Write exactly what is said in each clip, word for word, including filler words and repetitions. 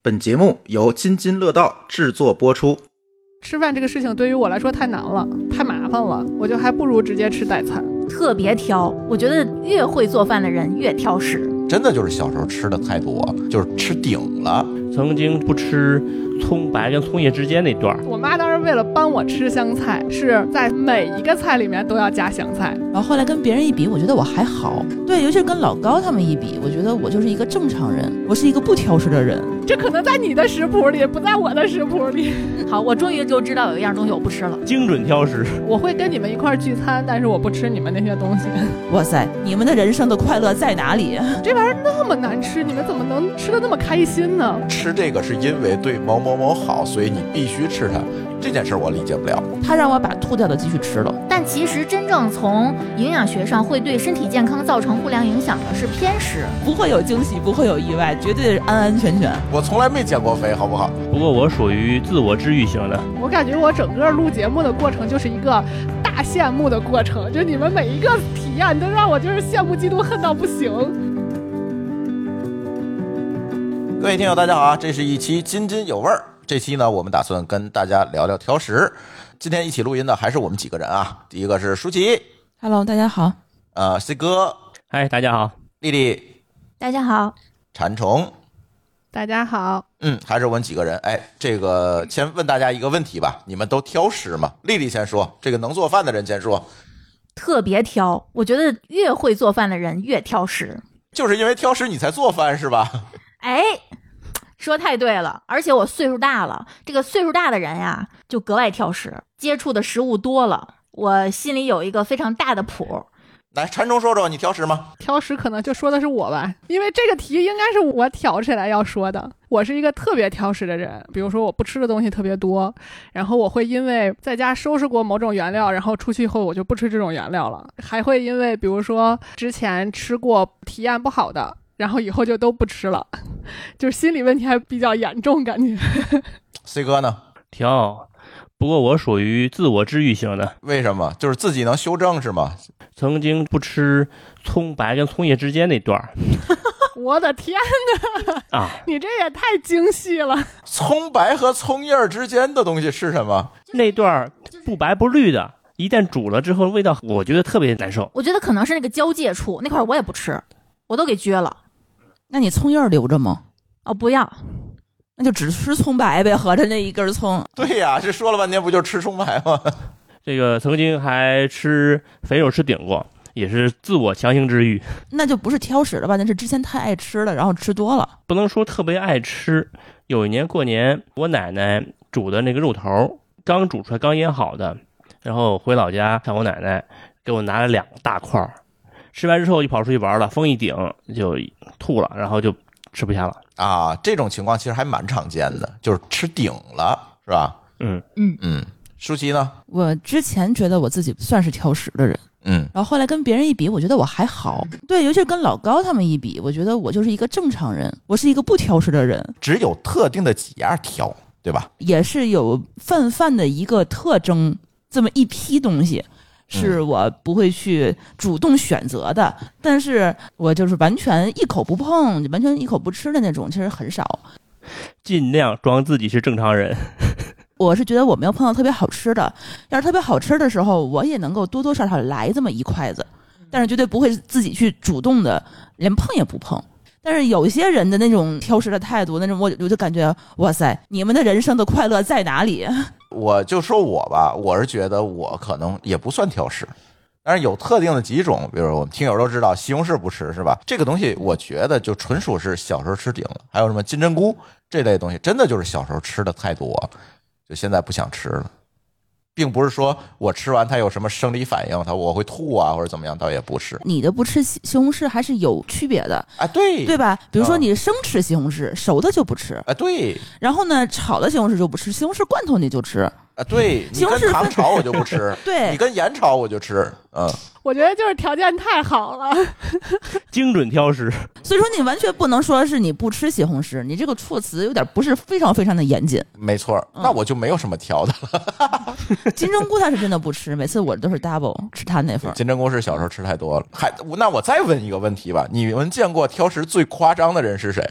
本节目由津津乐道制作播出。 吃饭这个事情对于我来说太难了，太麻烦了，我就还不如直接吃代餐。 特别挑，我觉得越会做饭的人越挑食。 真的就是小时候吃的太多，就是吃顶了。 曾经不吃葱白跟葱叶之间那段， 我妈当时为了帮我吃香菜，是在每一个菜里面都要加香菜。 然后后来跟别人一比，我觉得我还好。对，尤其是跟老高他们一比，我觉得我就是一个正常人，我是一个不挑食的人。 这可能在你的食谱里，不在我的食谱里。 好，我终于就知道有一样东西我不吃了， 精准挑食。 我会跟你们一块聚餐，但是我不吃你们那些东西。 哇塞，你们的人生的快乐在哪里？ 这玩意儿那么难吃，你们怎么能吃得那么开心呢？ 吃这个是因为对某某某好，所以你必须吃它，这件事我理解不了。 他让我把吐掉的继续吃了， 但其实真正从营养学上会对身体健康造成不良影响的是偏食。 不会有惊喜，不会有意外，绝对是安安全全。 我从来没减过肥，好不好？ 不过我属于自我治愈型的。 我感觉我整个录节目的过程就是一个大羡慕的过程，就你们每一个体验都让我就是羡慕嫉妒恨到不行。 各位听友大家好啊，这是一期津津有味儿。这期呢我们打算跟大家聊聊挑食。今天一起录音的还是我们几个人啊。第一个是舒淇 Hello 大家好， 呃 C 哥， 嗨大家好， 丽丽， 大家好， 馋虫， 大家好。 嗯，还是我们几个人。哎，这个先问大家一个问题吧，你们都挑食吗？丽丽先说，这个能做饭的人先说。 特别挑，我觉得越会做饭的人越挑食。 就是因为挑食你才做饭是吧？ 哎，说太对了，而且我岁数大了，这个岁数大的人呀就格外挑食，接触的食物多了，我心里有一个非常大的谱。 来，馋虫说说，你挑食吗？ 挑食可能就说的是我吧，因为这个题应该是我挑起来要说的。我是一个特别挑食的人，比如说我不吃的东西特别多，然后我会因为在家收拾过某种原料，然后出去以后我就不吃这种原料了，还会因为比如说之前吃过体验不好的，然后以后就都不吃了，就是心理问题还比较严重感觉。 C 哥呢？ 挑，不过我属于自我治愈型的。 为什么？就是自己能修正是吗？ 曾经不吃葱白跟葱叶之间那段。 我的天哪！ 啊， 你这也太精细了。 葱白和葱叶之间的东西是什么？ 那段不白不绿的，一旦煮了之后味道我觉得特别难受。 我觉得可能是那个交界处那块我也不吃，我都给撅了。 那你葱叶留着吗？ 哦，不要， 那就只吃葱白呗，合着那一根葱。 对呀，这说了半天不就吃葱白吗？ 这个曾经还吃肥肉吃顶过，也是自我强行治愈。 那就不是挑食了吧，那是之前太爱吃了，然后吃多了。 不能说特别爱吃。有一年过年，我奶奶煮的那个肉头刚煮出来刚腌好的，然后回老家看我奶奶，给我拿了两大块，吃完之后就跑出去玩了，风一顶就吐了，然后就吃不下了。 啊，这种情况其实还蛮常见的，就是吃顶了，是吧？ 嗯嗯嗯。舒淇呢？ 我之前觉得我自己算是挑食的人， 嗯， 然后后来跟别人一比，我觉得我还好。对，尤其是跟老高他们一比，我觉得我就是一个正常人，我是一个不挑食的人。 只有特定的几样挑，对吧？ 也是有泛泛的一个特征，这么一批东西是我不会去主动选择的，嗯、但是我就是完全一口不碰，完全一口不吃的那种，其实很少。 尽量装自己是正常人。 我是觉得我没有碰到特别好吃的，要是特别好吃的时候，我也能够多多少少来这么一筷子，但是绝对不会自己去主动的，连碰也不碰。但是有些人的那种挑食的态度，那种我我就感觉，哇塞，你们的人生的快乐在哪里？ 我就说我吧，我是觉得我可能也不算挑食，但是有特定的几种，比如我们听友都知道西红柿不吃是吧？这个东西我觉得就纯属是小时候吃顶了。还有什么金针菇这类东西，真的就是小时候吃的太多，就现在不想吃了，并不是说我吃完它有什么生理反应，它我会吐啊或者怎么样，倒也不是。 你的不吃西红柿还是有区别的啊，对对吧？比如说你生吃西红柿，熟的就不吃啊，对。 然后呢，炒的西红柿就不吃，西红柿罐头你就吃啊，对。你跟糖炒我就不吃， 对， 你跟盐炒我就吃，嗯。 我觉得就是条件太好了， 精准挑食。 所以说你完全不能说是你不吃西红柿，你这个措辞有点不是非常非常的严谨。 没错，那我就没有什么挑的了。 金针菇他是真的不吃，每次我都是 double 吃他那份。 金针菇是小时候吃太多了。还那我再问一个问题吧，你们见过挑食最夸张的人是谁？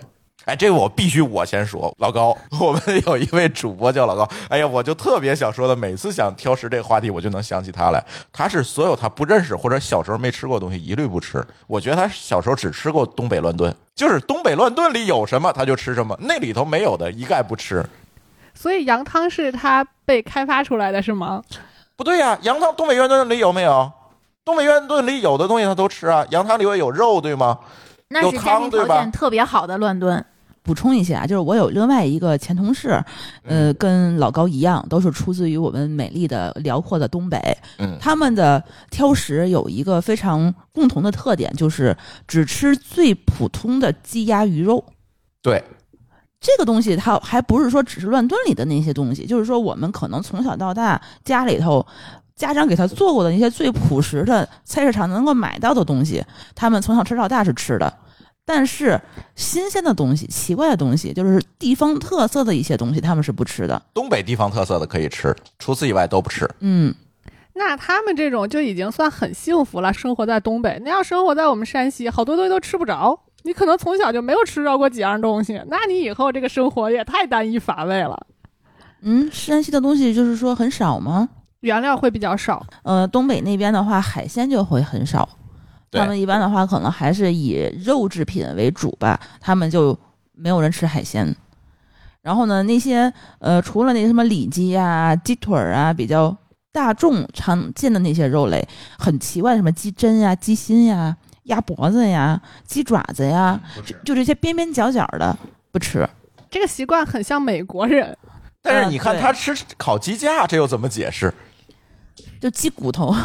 哎，这个我必须我先说，老高，我们有一位主播叫老高，哎呀，我就特别想说的，每次想挑食这个话题，我就能想起他来。他是所有他不认识或者小时候没吃过的东西一律不吃。我觉得他小时候只吃过东北乱炖，就是东北乱炖里有什么他就吃什么，那里头没有的一概不吃。 所以羊汤是他被开发出来的是吗？ 不对呀、啊，羊汤东北乱炖里有没有？东北乱炖里有的东西他都吃啊，羊汤里有肉对吗？ 那是家庭条件特别好的乱炖。 补充一下，就是我有另外一个前同事，呃，跟老高一样，都是出自于我们美丽的辽阔的东北。 嗯， 他们的挑食有一个非常共同的特点，就是只吃最普通的鸡鸭鱼肉。 对， 这个东西它还不是说只是乱炖里的那些东西，就是说我们可能从小到大家里头家长给他做过的那些最朴实的菜市场能够买到的东西，他们从小吃到大是吃的。但是新鲜的东西、奇怪的东西，就是地方特色的一些东西，他们是不吃的。 东北地方特色的可以吃，除此以外都不吃。 嗯， 那他们这种就已经算很幸福了，生活在东北。那要生活在我们山西，好多东西都吃不着。你可能从小就没有吃着过几样东西，那你以后这个生活也太单一乏味了。 嗯，山西的东西就是说很少吗？ 原料会比较少。 呃，东北那边的话，海鲜就会很少。他们一般的话，可能还是以肉制品为主吧，他们就没有人吃海鲜。然后呢，那些呃，除了那什么里脊啊、鸡腿啊，比较大众常见的那些肉类，很奇怪，什么鸡胗呀、鸡心呀、鸭脖子呀、鸡爪子呀，就就这些边边角角的不吃。 这个习惯很像美国人。 但是你看他吃烤鸡架，这又怎么解释？ 就鸡骨头。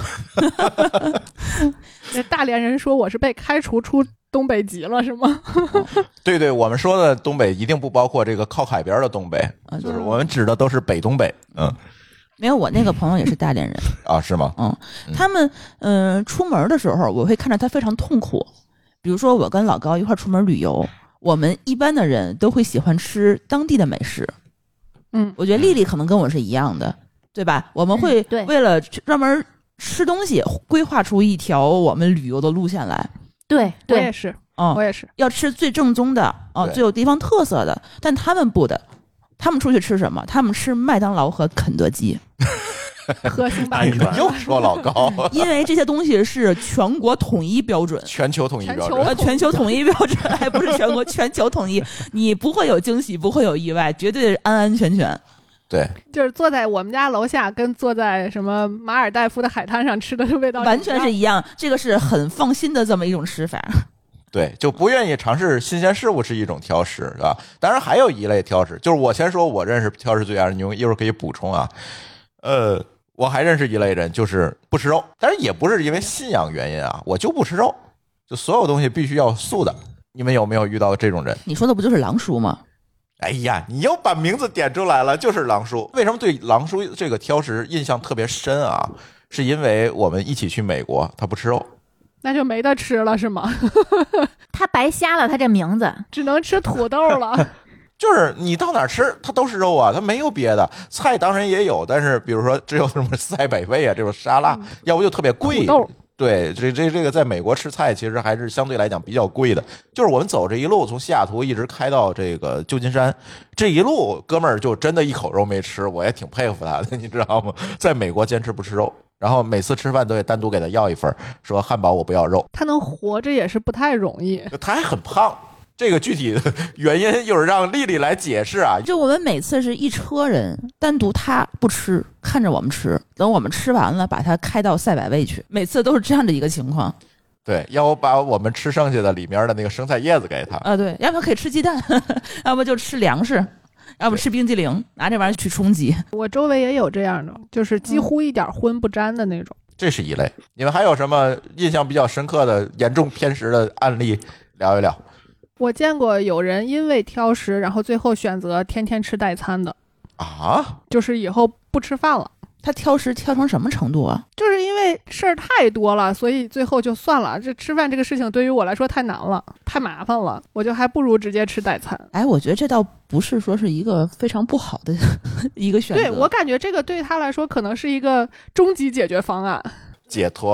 这大连人说我是被开除出东北籍了是吗？ 对对，我们说的东北一定不包括这个靠海边的东北，就是我们指的都是北东北。嗯， 没有，我那个朋友也是大连人啊，是吗？ 嗯，他们嗯、呃、出门的时候，我会看着他非常痛苦。比如说我跟老高一块出门旅游，我们一般的人都会喜欢吃当地的美食。 嗯， 我觉得丽丽可能跟我是一样的。对吧？我们会为了专门吃东西规划出一条我们旅游的路线来。 对， 我也是， 嗯， 我也是要吃最正宗的哦，最有地方特色的。但他们不的，他们出去吃什么？他们吃麦当劳和肯德基。 和星巴克。 又说老高， 因为这些东西是全国统一标准， 全球统一标准， 呃，全球统一标准，还不是全国，全球统一。你不会有惊喜，不会有意外，绝对安安全全。 对， 就是坐在我们家楼下，跟坐在什么马尔代夫的海滩上吃的味道完全是一样。这个是很放心的这么一种吃法。 对，就不愿意尝试新鲜事物是一种挑食，是吧？当然还有一类挑食，就是我先说我认识挑食最严，你一会儿可以补充啊。呃，我还认识一类人，就是不吃肉，但是也不是因为信仰原因啊，我就不吃肉，就所有东西必须要素的。你们有没有遇到这种人？ 你说的不就是狼叔吗？ 哎呀，你又把名字点出来了，就是狼叔。为什么对狼叔这个挑食印象特别深啊？是因为我们一起去美国，他不吃肉， 那就没得吃了是吗？ 他白瞎了他这名字， 只能吃土豆了。 就是你到哪儿吃，它都是肉啊，它没有别的菜，当然也有，但是比如说只有什么赛百味啊这种沙拉，嗯、要不就特别贵。 土豆。 对，这这这个在美国吃菜其实还是相对来讲比较贵的。就是我们走这一路从西雅图一直开到这个旧金山，这一路哥们儿就真的一口肉没吃，我也挺佩服他的，你知道吗？在美国坚持不吃肉，然后每次吃饭都得单独给他要一份，说汉堡我不要肉。 他能活着也是不太容易， 他还很胖。这个具体的原因又是让丽丽来解释啊。 就我们每次是一车人，单独他不吃，看着我们吃，等我们吃完了，把他开到赛百味去，每次都是这样的一个情况。 对，要不把我们吃剩下的里面的那个生菜叶子给他啊，对，要不可以吃鸡蛋，要不就吃粮食，要不吃冰激凌，拿这玩意儿去充饥。 我周围也有这样的，就是几乎一点荤不沾的那种。 嗯、这是一类。你们还有什么印象比较深刻的严重偏食的案例聊一聊？ 我见过有人因为挑食，然后最后选择天天吃代餐的啊， 就是以后不吃饭了。 他挑食挑成什么程度啊？ 就是因为事儿太多了，所以最后就算了。这吃饭这个事情对于我来说太难了，太麻烦了，我就还不如直接吃代餐。 哎，我觉得这倒不是说是一个非常不好的一个选择。 对，我感觉这个对他来说可能是一个终极解决方案。 解脱了。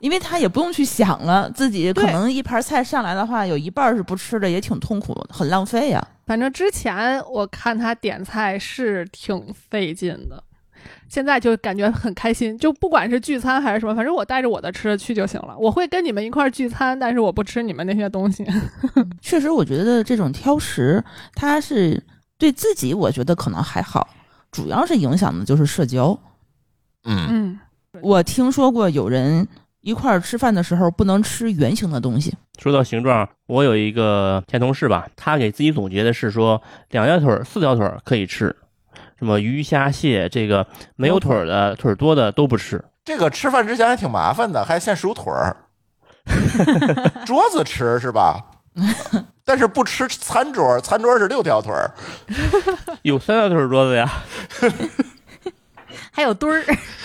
因为他也不用去想了，自己可能一盘菜上来的话，有一半是不吃的，也挺痛苦的，很浪费呀、啊。 反正之前我看他点菜是挺费劲的，现在就感觉很开心，就不管是聚餐还是什么，反正我带着我的吃的去就行了。我会跟你们一块聚餐，但是我不吃你们那些东西。 确实，我觉得这种挑食，它是对自己，我觉得可能还好，主要是影响的就是社交。 嗯嗯， 我听说过有人一块儿吃饭的时候不能吃圆形的东西。 说到形状，我有一个前同事吧，他给自己总结的是说，两条腿、四条腿可以吃，什么鱼虾蟹，这个没有腿的、腿多的都不吃。 这个吃饭之前还挺麻烦的，还先数腿儿，桌子吃是吧？但是不吃餐桌，餐桌是六条腿儿， 有三条腿桌子呀。 还有墩儿。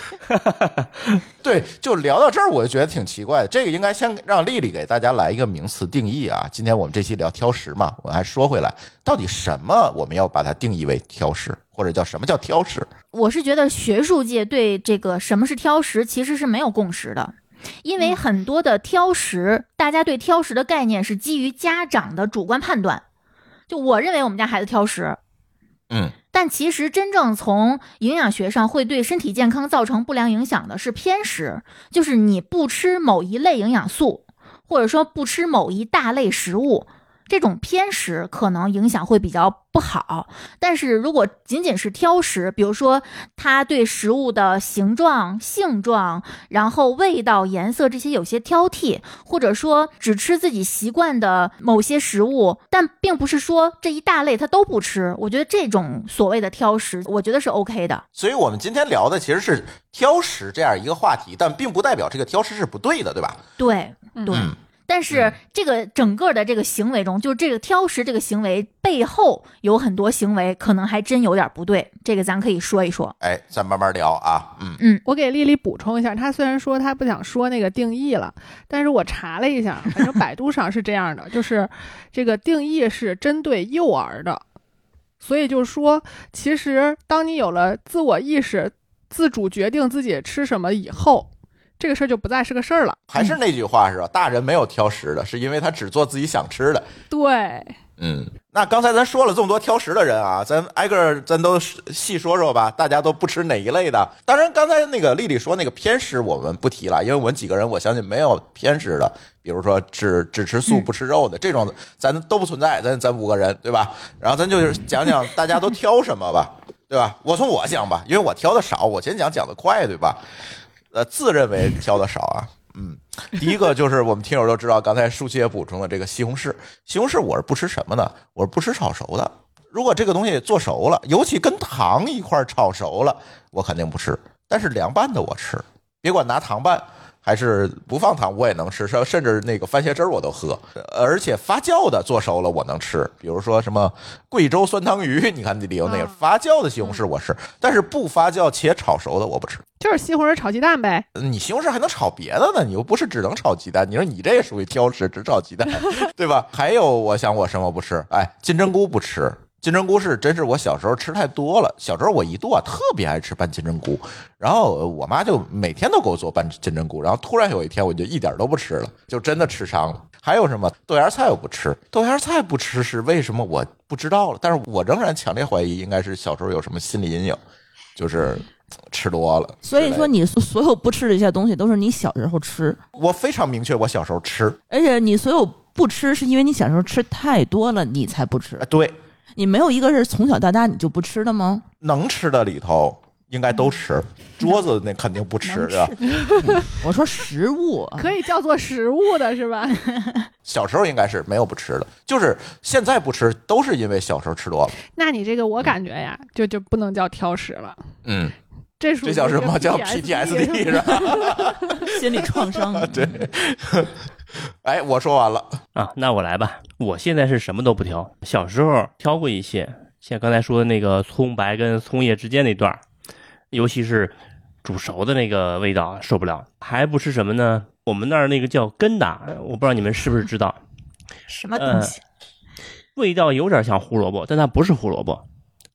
对，就聊到这儿，我就觉得挺奇怪的。这个应该先让丽丽给大家来一个名词定义啊。今天我们这期聊挑食嘛，我还说回来，到底什么我们要把它定义为挑食，或者叫什么叫挑食？ 我是觉得学术界对这个什么是挑食其实是没有共识的，因为很多的挑食，大家对挑食的概念是基于家长的主观判断。就我认为我们家孩子挑食， 嗯。 但其实真正从营养学上会对身体健康造成不良影响的是偏食，就是你不吃某一类营养素，或者说不吃某一大类食物，这种偏食可能影响会比较不好。但是如果仅仅是挑食，比如说他对食物的形状、性状，然后味道、颜色这些有些挑剔，或者说只吃自己习惯的某些食物，但并不是说这一大类他都不吃，我觉得这种所谓的挑食，我觉得是 OK 的。 所以我们今天聊的其实是挑食这样一个话题，但并不代表这个挑食是不对的，对吧？ 对对、 嗯但是这个整个的这个行为中，就是这个挑食这个行为背后有很多行为可能还真有点不对，这个咱可以说一说。 哎，咱慢慢聊啊。嗯嗯， 我给丽丽补充一下，她虽然说她不想说那个定义了，但是我查了一下，反正百度上是这样的，就是这个定义是针对幼儿的，所以就是说，其实当你有了自我意识，自主决定自己吃什么以后，这个事儿就不再是个事儿了。 还是那句话是吧？大人没有挑食的，是因为他只做自己想吃的。 对， 嗯，那刚才咱说了这么多挑食的人啊，咱挨个咱都细说说吧，大家都不吃哪一类的？当然，刚才那个丽丽说那个偏食我们不提了，因为我们几个人我相信没有偏食的，比如说只只吃素不吃肉的、嗯、这种，咱都不存在，咱咱五个人对吧？然后咱就是讲讲大家都挑什么吧，对吧？我从我讲吧，因为我挑的少，我先讲讲的快，对吧？呃，自认为挑的少啊。嗯，第一个就是我们听友都知道，刚才舒淇也补充了这个西红柿。西红柿我是不吃什么呢？我是不吃炒熟的。如果这个东西做熟了，尤其跟糖一块炒熟了，我肯定不吃。但是凉拌的我吃，别管拿糖拌还是不放糖，我也能吃，甚至那个番茄汁我都喝。而且发酵的做熟了我能吃，比如说什么贵州酸汤鱼，你看里有那个发酵的西红柿我吃，但是不发酵且炒熟的我不吃。 就是西红柿炒鸡蛋呗。 你西红柿还能炒别的呢，你又不是只能炒鸡蛋。你说你这也属于挑食，只炒鸡蛋，对吧？还有，我想我什么不吃？哎，金针菇不吃。金针菇是真是我小时候吃太多了。小时候我一度啊特别爱吃拌金针菇，然后我妈就每天都给我做拌金针菇，然后突然有一天我就一点都不吃了，就真的吃伤了。还有什么豆芽菜我不吃，豆芽菜不吃是为什么我不知道了，但是我仍然强烈怀疑应该是小时候有什么心理阴影，就是吃多了。 所以说你所有不吃的一些东西都是你小时候吃。 我非常明确我小时候吃， 而且你所有不吃是因为你小时候吃太多了你才不吃。 对， 你没有一个是从小到大你就不吃的吗？ 能吃的里头应该都吃，桌子那肯定不吃啊。 我说食物可以叫做食物的是吧？ 小时候应该是没有不吃的，就是现在不吃都是因为小时候吃多了。 那你这个我感觉呀，嗯、就就不能叫挑食了。 嗯， 这这叫什么？叫 P T S D 是吧？ 心理创伤。 对。哎，我说完了啊，那我来吧。我现在是什么都不挑，小时候挑过一些，像刚才说的那个葱白跟葱叶之间那段，尤其是煮熟的那个味道受不了。还不吃什么呢？我们那儿那个叫根达，我不知道你们是不是知道， 什么东西、 呃、味道有点像胡萝卜，但它不是胡萝卜，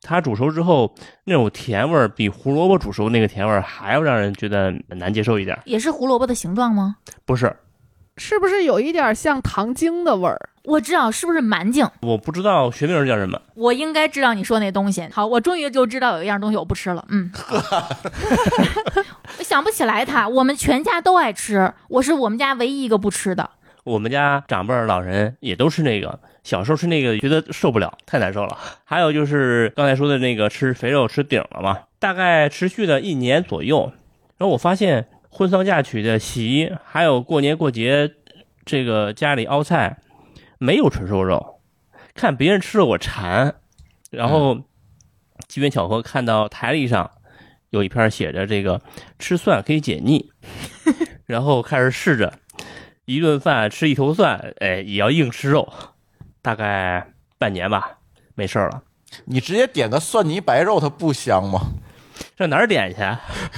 它煮熟之后那种甜味儿比胡萝卜煮熟那个甜味儿还要让人觉得难接受一点。 也是胡萝卜的形状吗？ 不是， 是不是有一点像糖精的味儿？ 我知道，是不是蛮精？ 我不知道学名叫什么。 我应该知道你说那东西。好，我终于就知道有一样东西我不吃了。嗯，我想不起来它，我们全家都爱吃，我是我们家唯一一个不吃的。 我们家长辈儿老人也都吃那个，小时候吃那个觉得受不了，太难受了。还有就是刚才说的那个吃肥肉吃顶了嘛，大概持续了一年左右。然后我发现婚丧嫁娶的席，还有过年过节这个家里熬菜没有纯瘦肉，看别人吃了我馋，然后机缘巧合看到台历上有一篇写着这个吃蒜可以解腻，然后开始试着一顿饭吃一头蒜，哎，也要硬吃肉，大概半年吧，没事了。 你直接点个蒜泥白肉，它不香吗？ 上哪儿点去？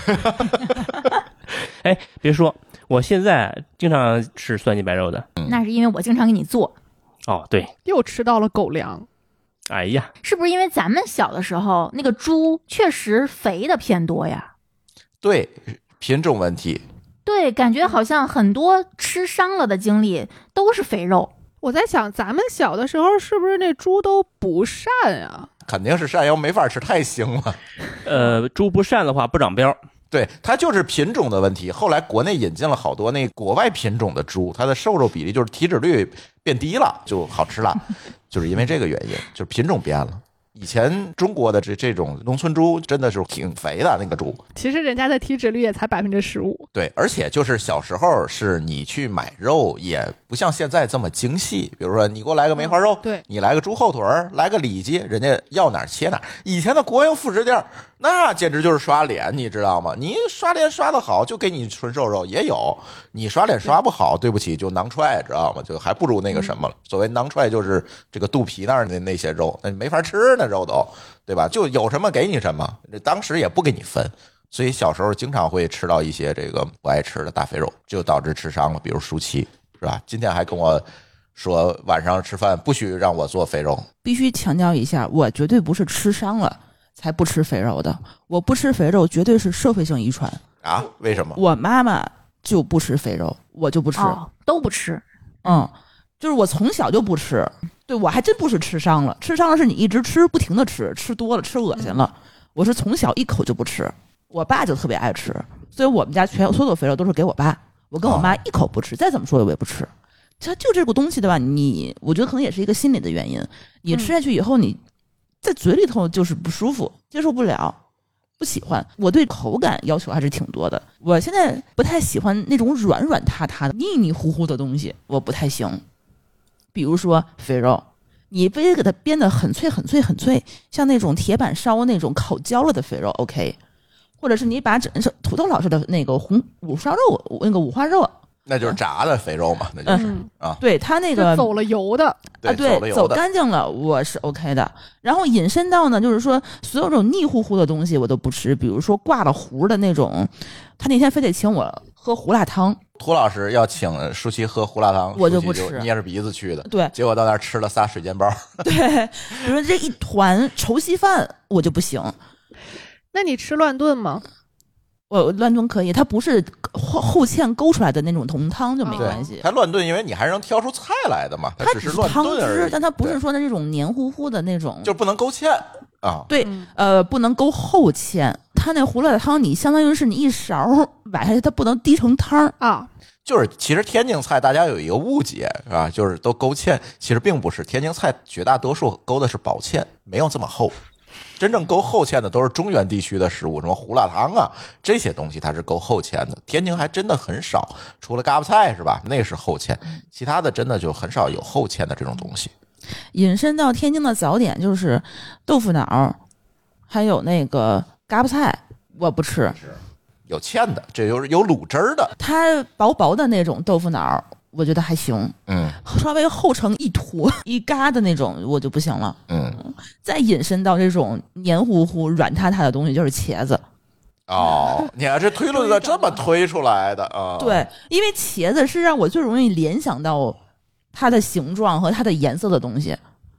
哎，别说，我现在经常吃蒜泥白肉的。 那是因为我经常给你做。 哦，对， 又吃到了狗粮。 哎呀， 是不是因为咱们小的时候那个猪确实肥的偏多呀？ 对，品种问题。 对，感觉好像很多吃伤了的经历都是肥肉。 我在想，咱们小的时候是不是那猪都不膻啊？ 肯定是膻，要没法吃，太腥了。 呃，猪不膻的话不长膘。 对，它就是品种的问题。后来国内引进了好多那国外品种的猪，它的瘦肉比例就是体脂率变低了，就好吃了，就是因为这个原因，就是品种变了。以前中国的这这种农村猪真的是挺肥的，那个猪。 其实人家的体脂率也才百分之十五。 对，而且就是小时候是你去买肉，也不像现在这么精细。比如说你给我来个梅花肉， 嗯、对， 你来个猪后腿，来个里脊，人家要哪儿切哪儿。以前的国营副食店那简直就是刷脸，你知道吗？你刷脸刷得好，就给你纯瘦肉也有；你刷脸刷不好，对不起，就囊踹，知道吗？就还不如那个什么了。所谓囊踹，就是这个肚皮那儿的那些肉，那没法吃那肉都，对吧？就有什么给你什么，当时也不给你分。所以小时候经常会吃到一些这个不爱吃的大肥肉，就导致吃伤了，比如舒淇，是吧？今天还跟我说晚上吃饭不许让我做肥肉。 必须强调一下，我绝对不是吃伤了才不吃肥肉的，我不吃肥肉绝对是社会性遗传啊？为什么？ 我妈妈就不吃肥肉，我就不吃， 哦、都不吃。 嗯，就是我从小就不吃。对，我还真不是吃伤了，吃伤了是你一直吃，不停的吃，吃多了，吃恶心了。嗯、我是从小一口就不吃，我爸就特别爱吃，所以我们家全所有的肥肉都是给我爸，我跟我妈一口不吃，再怎么说我也不吃。它就这个东西的吧，你我觉得可能也是一个心理的原因，你吃下去以后，你在嘴里头就是不舒服，接受不了，不喜欢。我对口感要求还是挺多的，我现在不太喜欢那种软软塌塌的、腻腻糊糊的东西，我不太行。比如说肥肉，你非得给它煸得很脆很脆很脆，像那种铁板烧那种烤焦了的肥肉 OK， 或者是你把整土豆老师的那个红五烧肉那个五花肉， 那就是炸的肥肉嘛，那就是、 嗯、 啊， 对他那个走了油的对啊，对，走干净了我是 OK 的。然后引申到呢，就是说所有这种腻乎乎的东西我都不吃，比如说挂了糊的那种，他那天非得请我喝胡辣汤。 涂老师要请舒淇喝胡辣汤， 我就不吃， 捏着鼻子去的。 对， 结果到那儿吃了仨水煎包。 对，比如说这一团稠稀饭我就不行。 那你吃乱炖吗？ 我乱炖可以，它不是后后芡勾出来的那种浓汤就没关系。 它乱炖，因为你还能挑出菜来的嘛，它只是乱炖而已。 汤汁，但它不是说的那种黏糊糊的那种， 就不能勾芡啊。 对，呃，不能勾后芡。它那胡辣汤，你相当于是你一勺崴下去，它不能滴成汤啊。 就是其实天津菜大家有一个误解是吧？就是都勾芡，其实并不是，天津菜绝大多数勾的是薄芡，没有这么厚。真正勾后芡的都是中原地区的食物，什么胡辣汤啊这些东西它是勾后芡的。天津还真的很少，除了嘎巴菜是吧？那是后芡，其他的真的就很少有后芡的这种东西。 引申到天津的早点就是豆腐脑，还有那个嘎巴菜，我不吃。 有芡的，这就是有卤汁儿的。 它薄薄的那种豆腐脑，我觉得还行。 嗯， 稍微厚成一坨一嘎的那种，我就不行了。 嗯， 再引申到这种黏糊糊、软塌塌的东西，就是茄子。 哦，你看这推论的这么推出来的啊？ 对，因为茄子是让我最容易联想到它的形状和它的颜色的东西。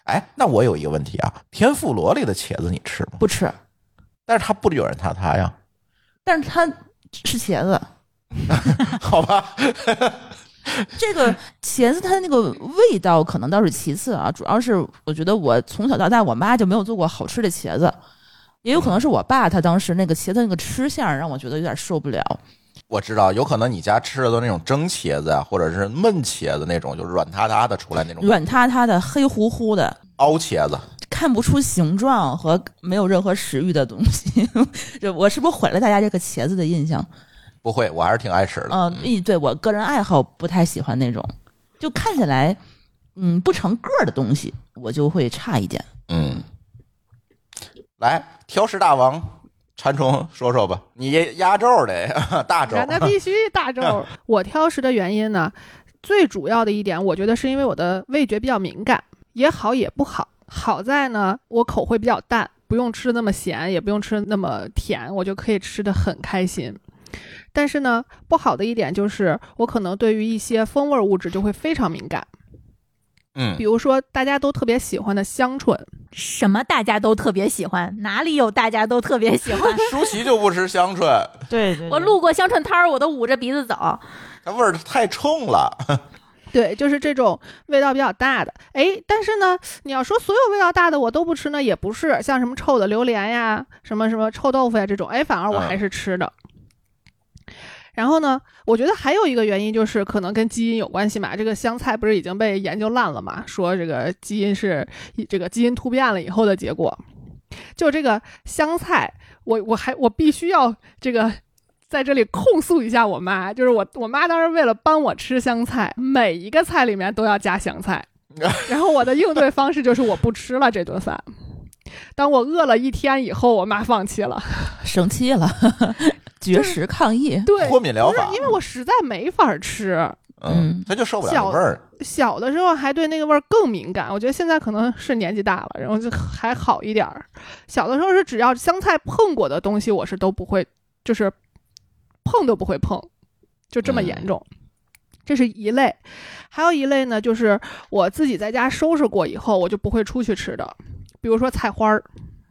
哎，那我有一个问题啊，天妇罗里的茄子你吃吗？ 不吃， 但是它不有人塌塌呀。 但是它是茄子， 好吧。 这个茄子它的那个味道可能倒是其次啊，主要是我觉得我从小到大我妈就没有做过好吃的茄子，也有可能是我爸他当时那个茄子那个吃相让我觉得有点受不了。 我知道，有可能你家吃的都那种蒸茄子啊，或者是焖茄子那种，就是软塌塌的出来那种， 软塌塌的黑乎乎的凹茄子， 看不出形状和没有任何食欲的东西。就我是不是毁了大家这个茄子的印象？ 不会，我还是挺爱吃的。 嗯、呃，对我个人爱好不太喜欢那种，就看起来嗯不成个儿的东西，我就会差一点。 嗯，来挑食大王馋虫说说吧，你压轴的大轴， 那必须大轴。我挑食的原因呢，最主要的一点，我觉得是因为我的味觉比较敏感，也好也不好。好在呢，我口会比较淡，不用吃那么咸，也不用吃那么甜，我就可以吃得很开心。但是呢，不好的一点就是我可能对于一些风味物质就会非常敏感。 嗯， 比如说大家都特别喜欢的香椿。 什么大家都特别喜欢？哪里有大家都特别喜欢？ 舒淇就不吃香椿， 对 对, 对， 我路过香椿摊儿，我都捂着鼻子走。 它味儿太冲了。 对，就是这种味道比较大的。哎，但是呢，你要说所有味道大的我都不吃呢，也不是。像什么臭的榴莲呀，什么什么臭豆腐呀这种，哎，反而我还是吃的。嗯，然后呢，我觉得还有一个原因就是可能跟基因有关系嘛。这个香菜不是已经被研究烂了嘛？说这个基因是这个基因突变了以后的结果。就这个香菜，我我还我必须要这个在这里控诉一下我妈，就是我我妈当时为了帮我吃香菜，每一个菜里面都要加香菜。然后我的应对方式就是我不吃了这顿饭。当我饿了一天以后，我妈放弃了， 生气了。绝食抗议， 对， 脱敏疗法， 因为我实在没法吃， 嗯，他就受不了味儿。 小的时候还对那个味儿更敏感，我觉得现在可能是年纪大了，然后就还好一点儿。小的时候是只要香菜碰过的东西，我是都不会，就是碰都不会碰，就这么严重。嗯，这是一类。还有一类呢，就是我自己在家收拾过以后，我就不会出去吃的，比如说菜花儿。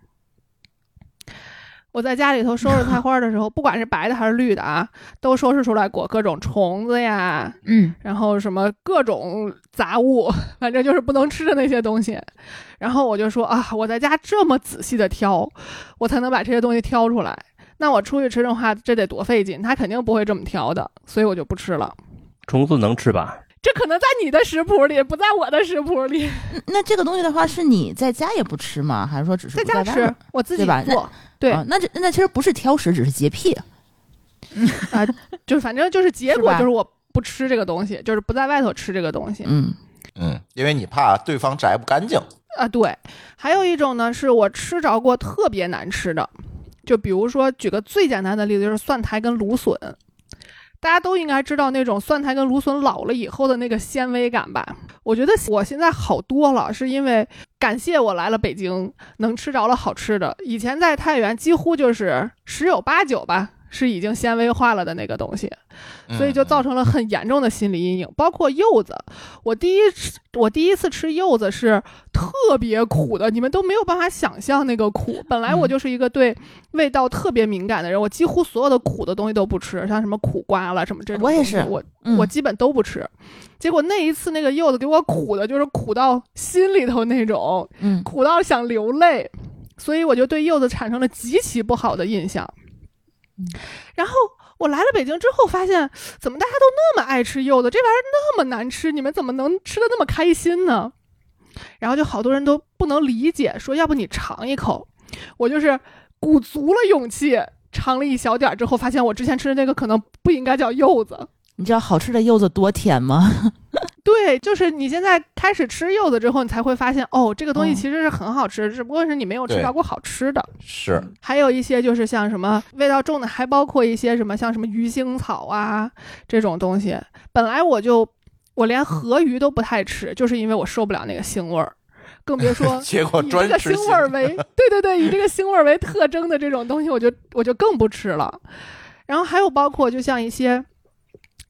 我在家里头收拾菜花的时候，不管是白的还是绿的啊，都收拾出来过各种虫子呀， 嗯， 然后什么各种杂物，反正就是不能吃的那些东西。然后我就说啊，我在家这么仔细的挑，我才能把这些东西挑出来。那我出去吃的话，这得多费劲，他肯定不会这么挑的，所以我就不吃了。 虫子能吃吧？ 这可能在你的食谱里，不在我的食谱里。 那这个东西的话，是你在家也不吃吗？还是说只是在家吃？我自己做。对， 啊，那这那其实不是挑食，只是洁癖啊，就是反正就是结果就是我不吃这个东西，就是不在外头吃这个东西。 嗯嗯，因为你怕对方摘不干净啊。对，还有一种呢，是我吃着过特别难吃的，就比如说举个最简单的例子，就是蒜苔跟芦笋。大家都应该知道那种蒜苔跟芦笋老了以后的那个纤维感吧？我觉得我现在好多了，是因为感谢我来了北京，能吃着了好吃的。以前在太原几乎就是十有八九吧，是已经纤维化了的那个东西，所以就造成了很严重的心理阴影。包括柚子，我第一我第一次吃柚子是特别苦的，你们都没有办法想象那个苦。本来我就是一个对味道特别敏感的人，我几乎所有的苦的东西都不吃，像什么苦瓜了什么这种， 我也是， 我、 嗯、 我基本都不吃。结果那一次那个柚子给我苦的，就是苦到心里头那种， 嗯， 苦到想流泪，所以我就对柚子产生了极其不好的印象。然后我来了北京之后发现，怎么大家都那么爱吃柚子，这玩意儿那么难吃，你们怎么能吃得那么开心呢？然后就好多人都不能理解，说要不你尝一口。我就是鼓足了勇气尝了一小点之后，发现我之前吃的那个可能不应该叫柚子。 你知道好吃的柚子多甜吗？ 对，就是你现在开始吃柚子之后，你才会发现，哦，这个东西其实是很好吃，嗯、只不过是你没有吃到过好吃的。 是， 还有一些就是像什么味道重的，还包括一些什么像什么鱼腥草啊这种东西。本来我就我连河鱼都不太吃，就是因为我受不了那个腥味儿，更别说结果专吃以这个腥味儿为对对对，以这个腥味儿为特征的这种东西，我就我就更不吃了。然后还有包括就像一些。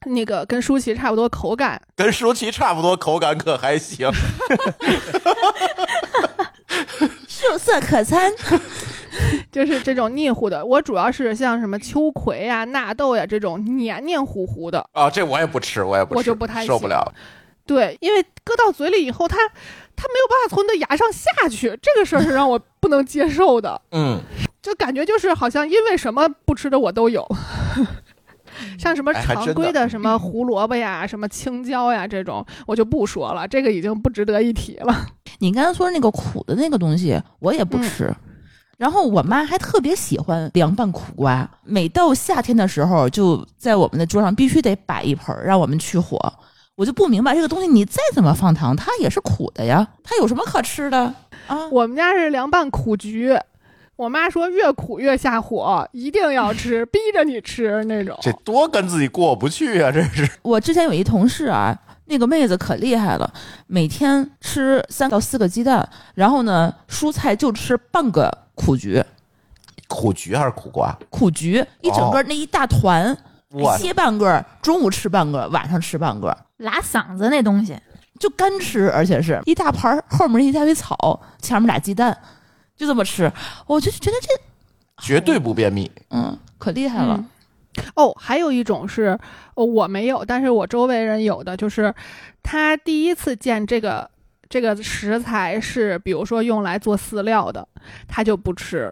那个跟舒淇差不多口感， 跟舒淇差不多口感可还行。 秀色可餐。 就是这种腻糊的。我主要是像什么秋葵呀、纳豆呀这种黏黏糊糊的啊，这我也不吃，我也不吃， 我就不太受不了。 对，因为搁到嘴里以后，它它没有办法从你的牙上下去，这个事儿是让我不能接受的。 嗯， 就感觉就是好像因为什么不吃的我都有。像什么常规的什么胡萝卜呀、什么青椒呀这种，我就不说了，这个已经不值得一提了。 你刚才说那个苦的那个东西，我也不吃。嗯，然后我妈还特别喜欢凉拌苦瓜，每到夏天的时候，就在我们的桌上必须得摆一盆，让我们去火。我就不明白这个东西，你再怎么放糖，它也是苦的呀，它有什么可吃的啊？ 我们家是凉拌苦菊。我妈说越苦越下火，一定要吃，逼着你吃那种。 这多跟自己过不去啊！这是我之前有一同事啊，那个妹子可厉害了，每天吃三到四个鸡蛋，然后呢，蔬菜就吃半个苦菊。 苦菊还是苦瓜？ 苦菊一整个那一大团， 哦、 切半个，中午吃半个，晚上吃半个， 拉嗓子那东西就干吃，而且是一大盘，后面一大堆草，前面俩鸡蛋。就这么吃，我就觉得这绝对不便秘， 嗯，可厉害了。 嗯、哦，还有一种是、哦、我没有，但是我周围人有的，就是他第一次见这个这个食材是，比如说用来做饲料的，他就不吃。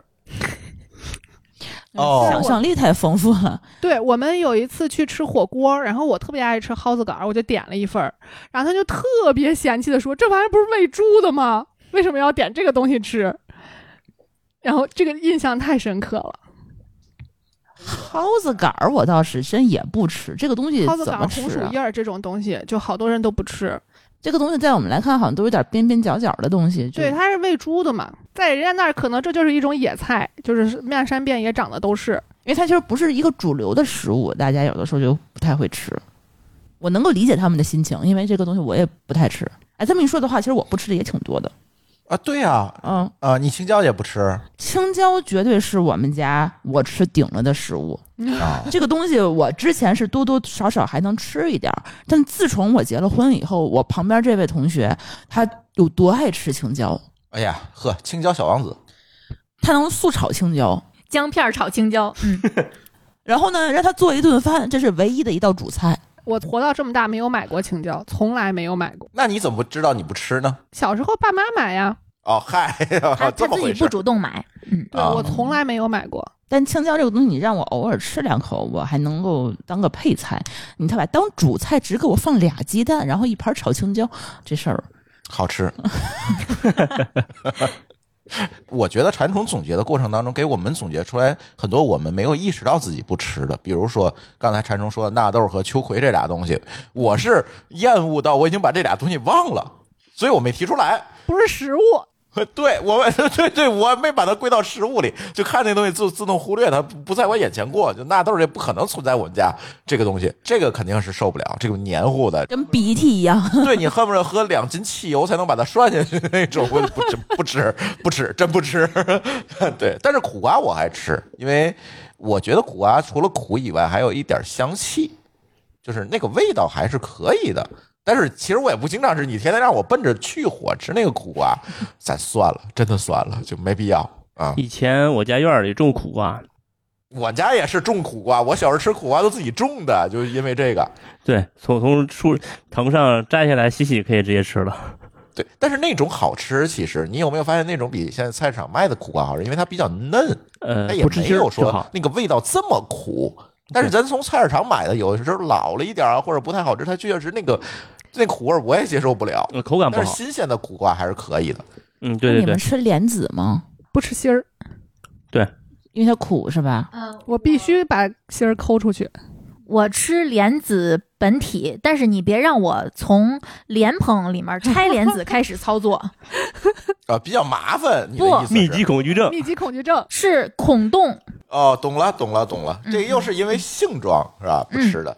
哦， 想象力太丰富了。 对，我们有一次去吃火锅，然后我特别爱吃蒿子杆，我就点了一份，然后他就特别嫌弃的说：“这玩意儿不是喂猪的吗？为什么要点这个东西吃？”然后这个印象太深刻了。 蒿子杆儿我倒是真也不吃，这个东西怎么吃、啊？蒿子杆、红薯叶儿这种东西，就好多人都不吃。 这个东西在我们来看，好像都有点边边角角的东西。 对，它是喂猪的嘛，在人家那儿可能这就是一种野菜，就是漫山遍野长的都是。 因为它其实不是一个主流的食物，大家有的时候就不太会吃。我能够理解他们的心情，因为这个东西我也不太吃。哎，这么一说的话，其实我不吃的也挺多的。 啊，对呀、啊， 嗯啊，你青椒也不吃？ 青椒绝对是我们家我吃顶了的食物啊！这个东西我之前是多多少少还能吃一点，但自从我结了婚以后，我旁边这位同学他有多爱吃青椒？ 哎呀，呵，青椒小王子， 他能素炒青椒， 姜片炒青椒，嗯， 然后呢，让他做一顿饭，这是唯一的一道主菜。 我活到这么大没有买过青椒，从来没有买过。 那你怎么不知道你不吃呢？ 小时候爸妈买呀。 哦，嗨， 他他自己不主动买， 嗯，对、哦、我从来没有买过。 但青椒这个东西，你让我偶尔吃两口，我还能够当个配菜。你他把当主菜，只给我放俩鸡蛋，然后一盘炒青椒，这事儿好吃。我觉得馋虫总结的过程当中，给我们总结出来很多我们没有意识到自己不吃的，比如说刚才馋虫说的纳豆和秋葵这俩东西，我是厌恶到我已经把这俩东西忘了，所以我没提出来。 不是食物。 对，我对对，我没把它归到食物里，就看那东西自自动忽略它，不在我眼前过。就纳豆这不可能存在我们家这个东西，这个肯定是受不了，这个黏糊的， 跟鼻涕一样。 对，你恨不得喝两斤汽油才能把它涮下去那种，我不吃不吃不吃，真不吃。对，但是苦瓜我还吃，因为我觉得苦瓜除了苦以外，还有一点香气，就是那个味道还是可以的。但是其实我也不经常吃，你天天让我奔着去火吃那个苦瓜，咱算了，真的算了，就没必要啊。 以前我家院里种苦瓜， 我家也是种苦瓜，我小时候吃苦瓜都自己种的，就是因为这个。 对，从从树藤上摘下来洗洗可以直接吃了。 对，但是那种好吃，其实你有没有发现那种比现在菜市场卖的苦瓜好吃？因为它比较嫩， 呃， 它也没有说那个味道这么苦。但是咱从菜市场买的，有的时候老了一点啊，或者不太好吃，它确实那个那苦味我也接受不了， 口感不好。 但是新鲜的苦瓜还是可以的。 嗯，对对对。 你们吃莲子吗？ 不吃芯儿。 对， 因为它苦是吧？ 嗯， 我必须把芯儿抠出去。 我吃莲子本体，但是你别让我从莲蓬里面拆莲子开始操作。 啊，比较麻烦。你的意思是密集恐惧症， 密集恐惧症是孔洞。 哦，懂了，懂了，懂了。这个又是因为性状、嗯、是吧？不吃的。 嗯、对，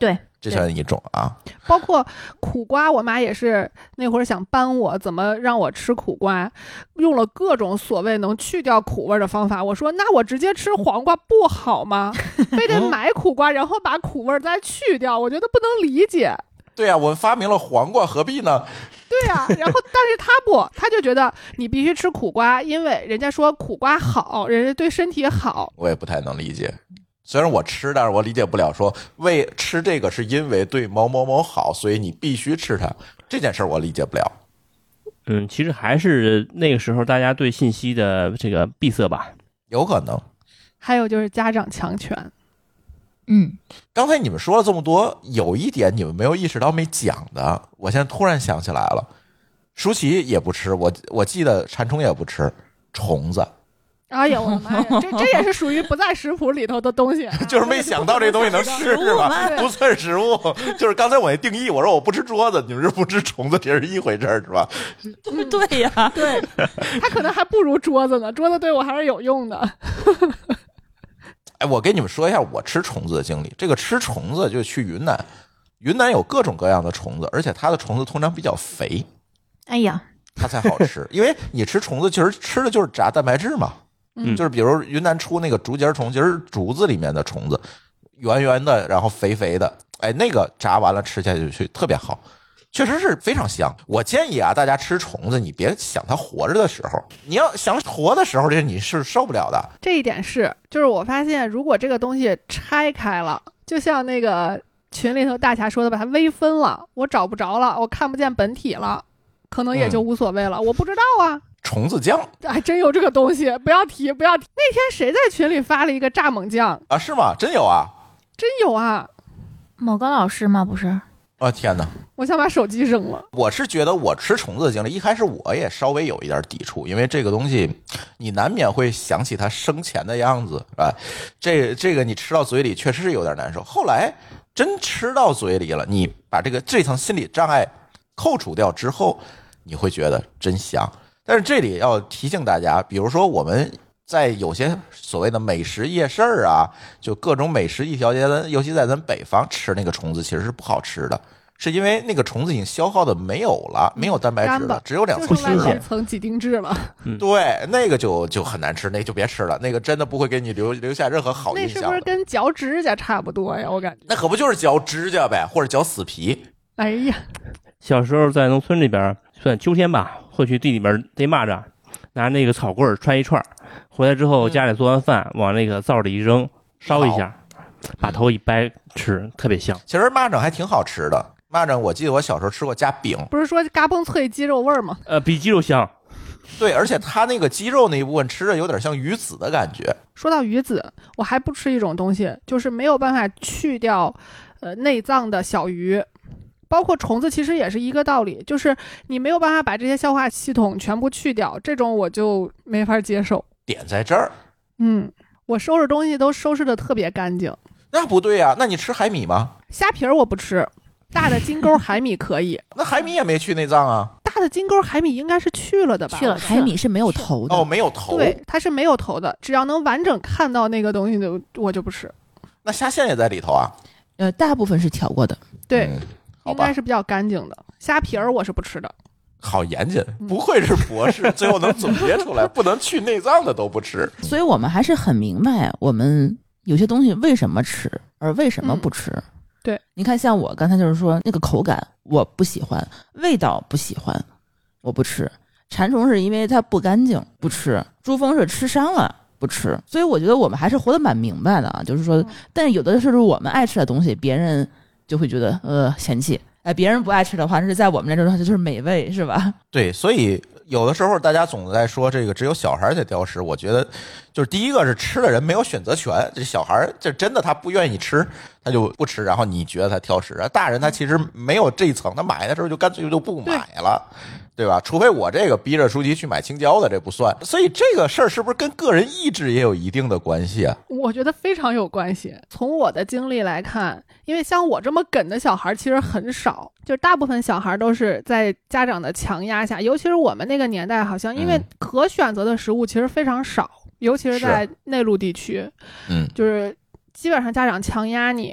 这算一种啊。 包括苦瓜，我妈也是那会儿想帮我怎么让我吃苦瓜，用了各种所谓能去掉苦味的方法。我说那我直接吃黄瓜不好吗？非得买苦瓜然后把苦味再去掉，我觉得不能理解。 对呀、啊，我们发明了黄瓜，何必呢？ 对呀、啊，然后但是他不，他就觉得你必须吃苦瓜，因为人家说苦瓜好，人家对身体好。 我也不太能理解，虽然我吃，但是我理解不了说为吃这个是因为对某某某好，所以你必须吃它，这件事我理解不了。 嗯，其实还是那个时候大家对信息的这个闭塞吧， 有可能。 还有就是家长强权。 嗯， 刚才你们说了这么多，有一点你们没有意识到没讲的，我现在突然想起来了。舒淇也不吃，我我记得馋虫也不吃，虫子。 哎呀，我的妈呀，这这也是属于不在食谱里头的东西、啊， 就是没想到这东西能吃是吧？不算食物，就是刚才我那定义，我说我不吃桌子，你们是不吃虫子，这是一回事是吧？ 对对呀， 对，它可能还不如桌子呢，桌子对我还是有用的。 哎，我给你们说一下我吃虫子的经历。这个吃虫子就去云南，云南有各种各样的虫子，而且它的虫子通常比较肥， 哎呀， 它才好吃。因为你吃虫子，其实吃的就是炸蛋白质嘛。 嗯， 就是比如云南出那个竹节虫，其实竹子里面的虫子，圆圆的，然后肥肥的，哎，那个炸完了吃下去特别好，确实是非常香。我建议啊，大家吃虫子，你别想它活着的时候，你要想活的时候，这你是受不了的。 这一点是，就是我发现，如果这个东西拆开了，就像那个群里头大侠说的，把它微分了，我找不着了，我看不见本体了，可能也就无所谓了。嗯、我不知道啊。 虫子酱还真有这个东西，不要提不要提。那天谁在群里发了一个蚱蜢酱啊？是吗？真有啊？ 真有啊？ 某高老师吗？不是？ 哦天哪！ 我想把手机扔了。 我是觉得我吃虫子的经历，一开始我也稍微有一点抵触，因为这个东西你难免会想起它生前的样子，是吧？这这个你吃到嘴里确实是有点难受。后来真吃到嘴里了，你把这个这层心理障碍扣除掉之后，你会觉得真香。但是这里要提醒大家，比如说我们在有些所谓的美食夜市啊，就各种美食一条街的，尤其在咱北方吃那个虫子其实是不好吃的，是因为那个虫子已经消耗的没有了，没有蛋白质了，只有两层脂了，一层几丁质了。 对，那个就就很难吃，那个就别吃了，那个真的不会给你留留下任何好印象。 那是不是跟嚼指甲差不多呀？我感觉那可不就是嚼指甲呗，或者嚼死皮。 哎呀， 小时候在农村里边，算秋天吧，会去地里边逮蚂蚱，拿那个草棍揣一串，回来之后家里做完饭，嗯、往那个灶里一扔，烧一下，把头一掰吃，特别香。 其实蚂蚱还挺好吃的，蚂蚱我记得我小时候吃过加饼， 不是说嘎嘣脆鸡肉味吗？ 呃，比鸡肉香。 对，而且它那个鸡肉那一部分吃着有点像鱼子的感觉。 说到鱼子，我还不吃一种东西，就是没有办法去掉呃内脏的小鱼。包括虫子其实也是一个道理，就是你没有办法把这些消化系统全部去掉，这种我就没法接受。 点在这儿， 嗯，我收拾东西都收拾的特别干净。 那不对呀，那你吃海米吗？ 虾皮儿我不吃，大的金钩海米可以。 那海米也没去内脏啊。 大的金钩海米应该是去了的吧？ 去了， 海米是没有头的。 哦，没有头。 对，它是没有头的，只要能完整看到那个东西的，我就不吃。 那虾线也在里头啊？ 呃，大部分是挑过的。 对。 嗯应该是比较干净的。虾皮儿我是不吃的。 好严谨，不愧是博士，最后能总结出来，不能去内脏的都不吃。 所以我们还是很明白，我们有些东西为什么吃，而为什么不吃。嗯、 对， 你看，像我刚才就是说，那个口感我不喜欢，味道不喜欢，我不吃。馋虫是因为它不干净，不吃。珠峰是吃伤了。不吃，所以我觉得我们还是活得蛮明白的啊，就是说，但是有的是我们爱吃的东西，别人就会觉得呃嫌弃，哎，别人不爱吃的话，是在我们这种就是美味，是吧？ 对，所以有的时候大家总在说这个只有小孩才挑食，我觉得就是第一个是吃的人没有选择权，这小孩这真的他不愿意吃，他就不吃，然后你觉得他挑食，大人他其实没有这一层，他买的时候就干脆就不买了。对吧？除非我这个逼着舒淇去买青椒的，这不算。所以这个事儿是不是跟个人意志也有一定的关系啊？ 我觉得非常有关系。从我的经历来看，因为像我这么梗的小孩其实很少，就大部分小孩都是在家长的强压下，尤其是我们那个年代，好像因为可选择的食物其实非常少，嗯、尤其是在内陆地区， 嗯， 就是基本上家长强压你。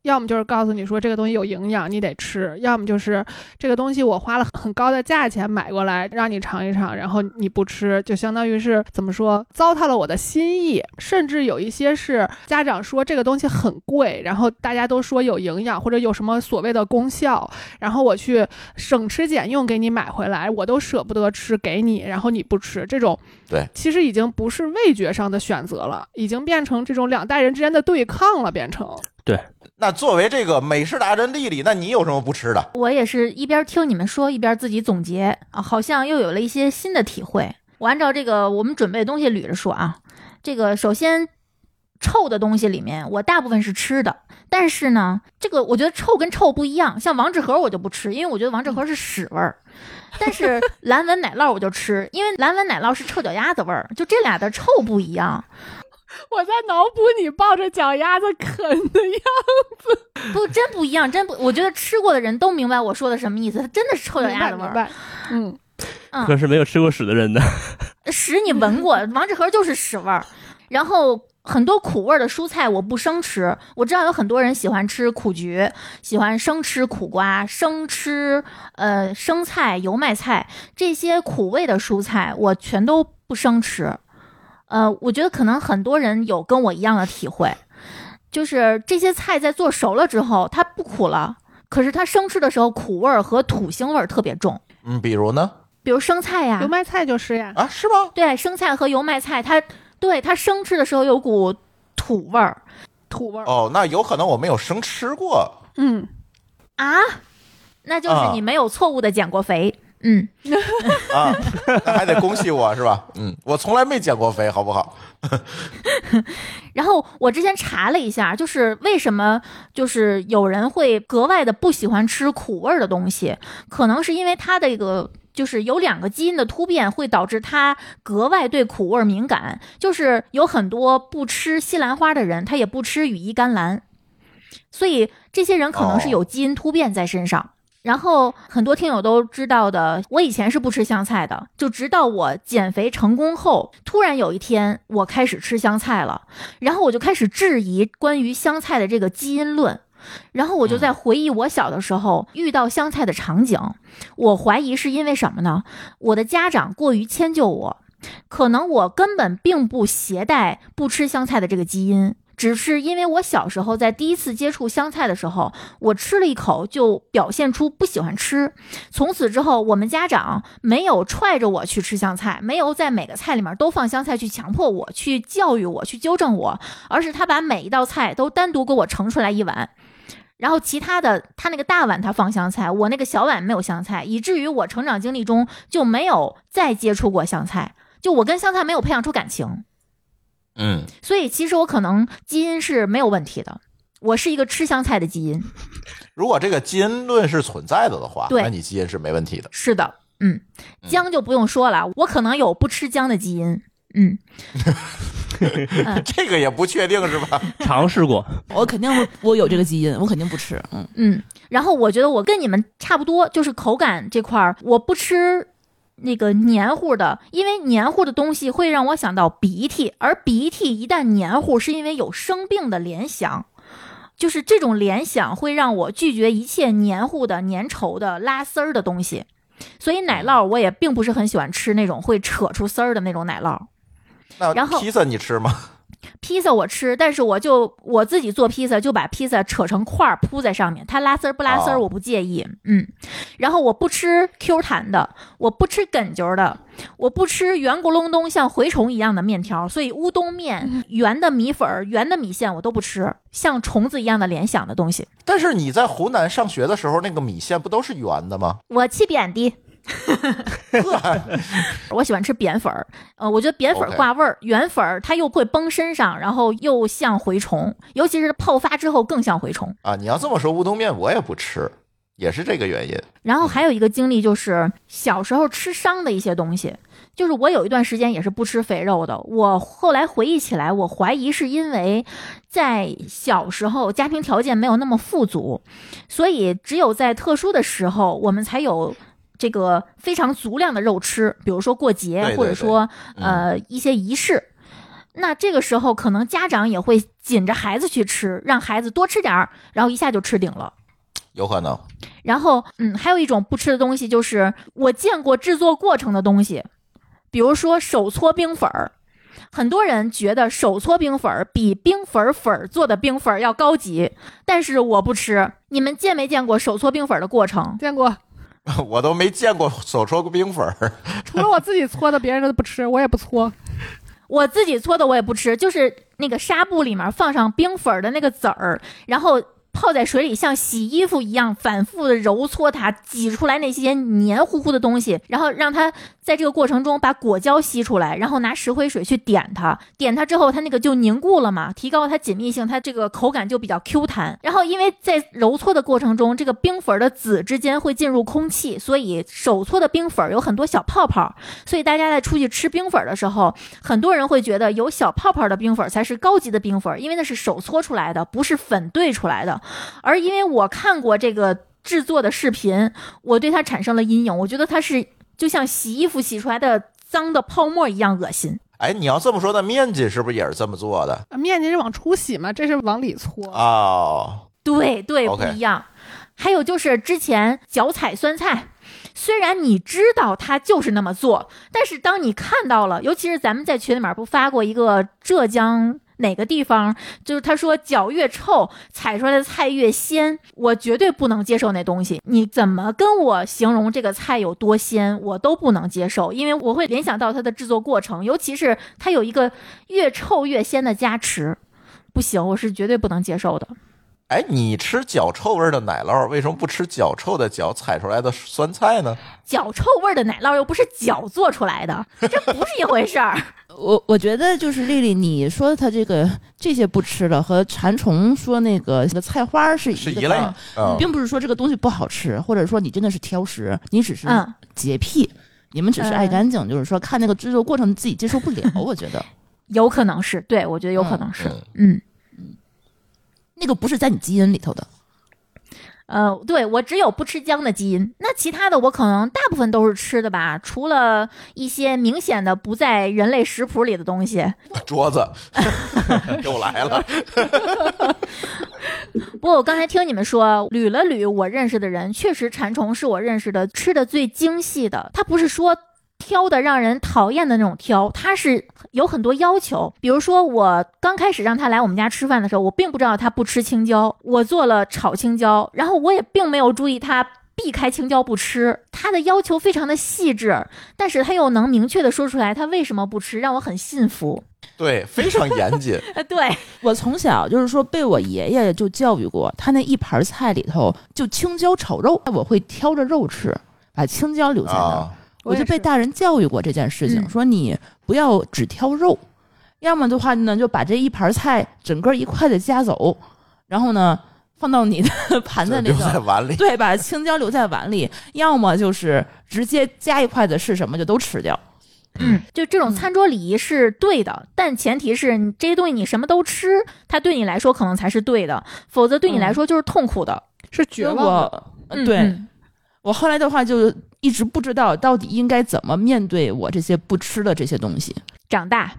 要么就是告诉你说这个东西有营养你得吃，要么就是这个东西我花了很高的价钱买过来让你尝一尝，然后你不吃，就相当于是怎么说糟蹋了我的心意。甚至有一些是家长说这个东西很贵，然后大家都说有营养或者有什么所谓的功效，然后我去省吃俭用给你买回来，我都舍不得吃给你，然后你不吃，这种对， 其实已经不是味觉上的选择了，已经变成这种两代人之间的对抗了，变成。 对， 那作为这个美食达人丽丽，那你有什么不吃的？ 我也是一边听你们说，一边自己总结啊，好像又有了一些新的体会。我按照这个我们准备的东西捋着说啊，这个首先臭的东西里面，我大部分是吃的，但是呢，这个我觉得臭跟臭不一样。像王致和我就不吃，因为我觉得王致和是屎味儿。但是蓝纹奶酪我就吃，因为蓝纹奶酪是臭脚丫子味儿，就这俩的臭不一样。 我在脑补你抱着脚丫子啃的样子， 不，真不一样，真不。我觉得吃过的人都明白我说的什么意思，它真的是臭脚丫子味儿。 嗯嗯， 可是没有吃过屎的人呢。 屎你闻过，王致和就是屎味儿。然后很多苦味的蔬菜我不生吃，我知道有很多人喜欢吃苦菊，喜欢生吃苦瓜，生吃呃生菜、油麦菜，这些苦味的蔬菜我全都不生吃。呃，我觉得可能很多人有跟我一样的体会，就是这些菜在做熟了之后它不苦了，可是它生吃的时候苦味和土腥味特别重。 嗯，比如呢？ 比如生菜呀， 油麦菜就是呀。 啊，是吗？ 对，生菜和油麦菜它对它生吃的时候有股土味儿， 土味儿。 哦，那有可能我没有生吃过。 嗯啊，那就是你没有错误的减过肥。啊嗯啊，那还得恭喜我是吧？嗯，我从来没减过肥，好不好？ 然后我之前查了一下，就是为什么就是有人会格外的不喜欢吃苦味的东西，可能是因为它的一个就是有两个基因的突变会导致它格外对苦味敏感，就是有很多不吃西兰花的人，他也不吃羽衣甘蓝，所以这些人可能是有基因突变在身上。哦，然后很多听友都知道的，我以前是不吃香菜的，就直到我减肥成功后，突然有一天我开始吃香菜了，然后我就开始质疑关于香菜的这个基因论，然后我就在回忆我小的时候遇到香菜的场景，我怀疑是因为什么呢？我的家长过于迁就我，可能我根本并不携带不吃香菜的这个基因，只是因为我小时候在第一次接触香菜的时候，我吃了一口就表现出不喜欢吃，从此之后我们家长没有踹着我去吃香菜，没有在每个菜里面都放香菜去强迫我，去教育我，去纠正我，而是他把每一道菜都单独给我盛出来一碗，然后其他的他那个大碗他放香菜，我那个小碗没有香菜，以至于我成长经历中就没有再接触过香菜，就我跟香菜没有培养出感情。 嗯， 所以其实我可能基因是没有问题的，我是一个吃香菜的基因。 如果这个基因论是存在的的话， 对， 那你基因是没问题的。 是的，嗯，姜就不用说了，我可能有不吃姜的基因。嗯， 嗯这个也不确定是吧？ 尝试过， 我肯定我有这个基因，我肯定不吃。嗯嗯，然后我觉得我跟你们差不多，就是口感这块我不吃那个黏糊的，因为黏糊的东西会让我想到鼻涕，而鼻涕一旦黏糊是因为有生病的联想，就是这种联想会让我拒绝一切黏糊的、粘稠的、拉丝儿的东西。所以奶酪我也并不是很喜欢吃那种会扯出丝儿的那种奶酪。 那披萨你吃吗？ 披萨我吃，但是我就我自己做披萨，就把披萨扯成块儿铺在上面，它拉丝儿不拉丝儿我不介意。哦、嗯，然后我不吃 Q 弹的，我不吃梗揪的，我不吃圆咕隆咚像蛔虫一样的面条，所以乌冬面、圆的米粉、圆的米线我都不吃，像虫子一样的联想的东西。 但是你在湖南上学的时候，那个米线不都是圆的吗？ 我吃扁的。我喜欢吃扁粉儿，呃，我觉得扁粉挂味儿， okay. 圆粉儿它又会崩身上，然后又像蛔虫，尤其是泡发之后更像蛔虫啊！你要这么说，乌冬面我也不吃，也是这个原因。 然后还有一个经历就是小时候吃伤的一些东西，就是我有一段时间也是不吃肥肉的，我后来回忆起来，我怀疑是因为在小时候家庭条件没有那么富足，所以只有在特殊的时候我们才有这个非常足量的肉吃，比如说过节， 对对对， 或者说嗯、 呃一些仪式。 那这个时候可能家长也会紧着孩子去吃，让孩子多吃点儿，然后一下就吃顶了。 有可能。 然后，嗯，还有一种不吃的东西，就是我见过制作过程的东西，比如说手搓冰粉儿。很多人觉得手搓冰粉儿比冰粉粉儿做的冰粉儿要高级，但是我不吃。你们见没见过手搓冰粉儿的过程？ 见过。 我都没见过手搓过冰粉儿， 除了我自己搓的，别人都不吃，我也不搓。 我自己搓的我也不吃，就是那个纱布里面放上冰粉的那个籽儿，然后泡在水里，像洗衣服一样反复的揉搓它，挤出来那些黏糊糊的东西，然后让它在这个过程中把果胶吸出来，然后拿石灰水去点它，点它之后它那个就凝固了嘛，提高它紧密性，它这个口感就比较 Q 弹。然后因为在揉搓的过程中，这个冰粉的籽之间会进入空气，所以手搓的冰粉有很多小泡泡，所以大家在出去吃冰粉的时候，很多人会觉得有小泡泡的冰粉才是高级的冰粉，因为那是手搓出来的，不是粉兑出来的。而因为我看过这个制作的视频，我对它产生了阴影，我觉得它是就像洗衣服洗出来的脏的泡沫一样恶心。 哎，你要这么说，那面筋是不是也是这么做的？ 面筋是往出洗嘛，这是往里搓。 哦， 对对， okay. 不一样。还有就是之前脚踩酸菜，虽然你知道它就是那么做，但是当你看到了，尤其是咱们在群里面不发过一个浙江哪个地方，就是他说脚越臭踩出来的菜越鲜，我绝对不能接受那东西。你怎么跟我形容这个菜有多鲜，我都不能接受，因为我会联想到它的制作过程，尤其是它有一个越臭越鲜的加持，不行，我是绝对不能接受的。 哎，你吃脚臭味的奶酪，为什么不吃脚臭的脚踩出来的酸菜呢？ 脚臭味的奶酪又不是脚做出来的，这不是一回事儿。 我我觉得就是丽丽，你说她这个这些不吃的和馋虫说那个那个菜花是是一类， 嗯，并不是说这个东西不好吃，或者说你真的是挑食，你只是洁癖，嗯、你们只是爱干净，嗯、就是说看那个制作过程自己接受不了，我觉得有可能是，对，我觉得有可能是， 嗯。 嗯那个不是在你基因里头的， 呃，对，我只有不吃姜的基因，那其他的我可能大部分都是吃的吧，除了一些明显的不在人类食谱里的东西。 桌子又来了。 不过我刚才听你们说捋了捋我认识的人，确实馋虫是我认识的吃的最精细的，他不是说挑的让人讨厌的那种挑，他是有很多要求。比如说我刚开始让他来我们家吃饭的时候，我并不知道他不吃青椒，我做了炒青椒，然后我也并没有注意他避开青椒不吃，他的要求非常的细致，但是他又能明确的说出来他为什么不吃，让我很信服。 对，非常严谨。 对， 我从小就是说被我爷爷就教育过，他那一盘菜里头就青椒炒肉，我会挑着肉吃，把青椒留在那儿。啊，我就被大人教育过这件事情，说你不要只挑肉，嗯、要么的话呢，就把这一盘菜整个一块的夹走，然后呢放到你的盘子里头， 留在碗里。对， 把青椒留在碗里，要么就是直接夹一筷子是什么就都吃掉。 嗯，就这种餐桌礼仪是对的，嗯、但前提是你这些东西你什么都吃，它对你来说可能才是对的，否则对你来说就是痛苦的， 嗯、是绝望的。 嗯、对。嗯我后来的话就一直不知道到底应该怎么面对我这些不吃的这些东西。 长大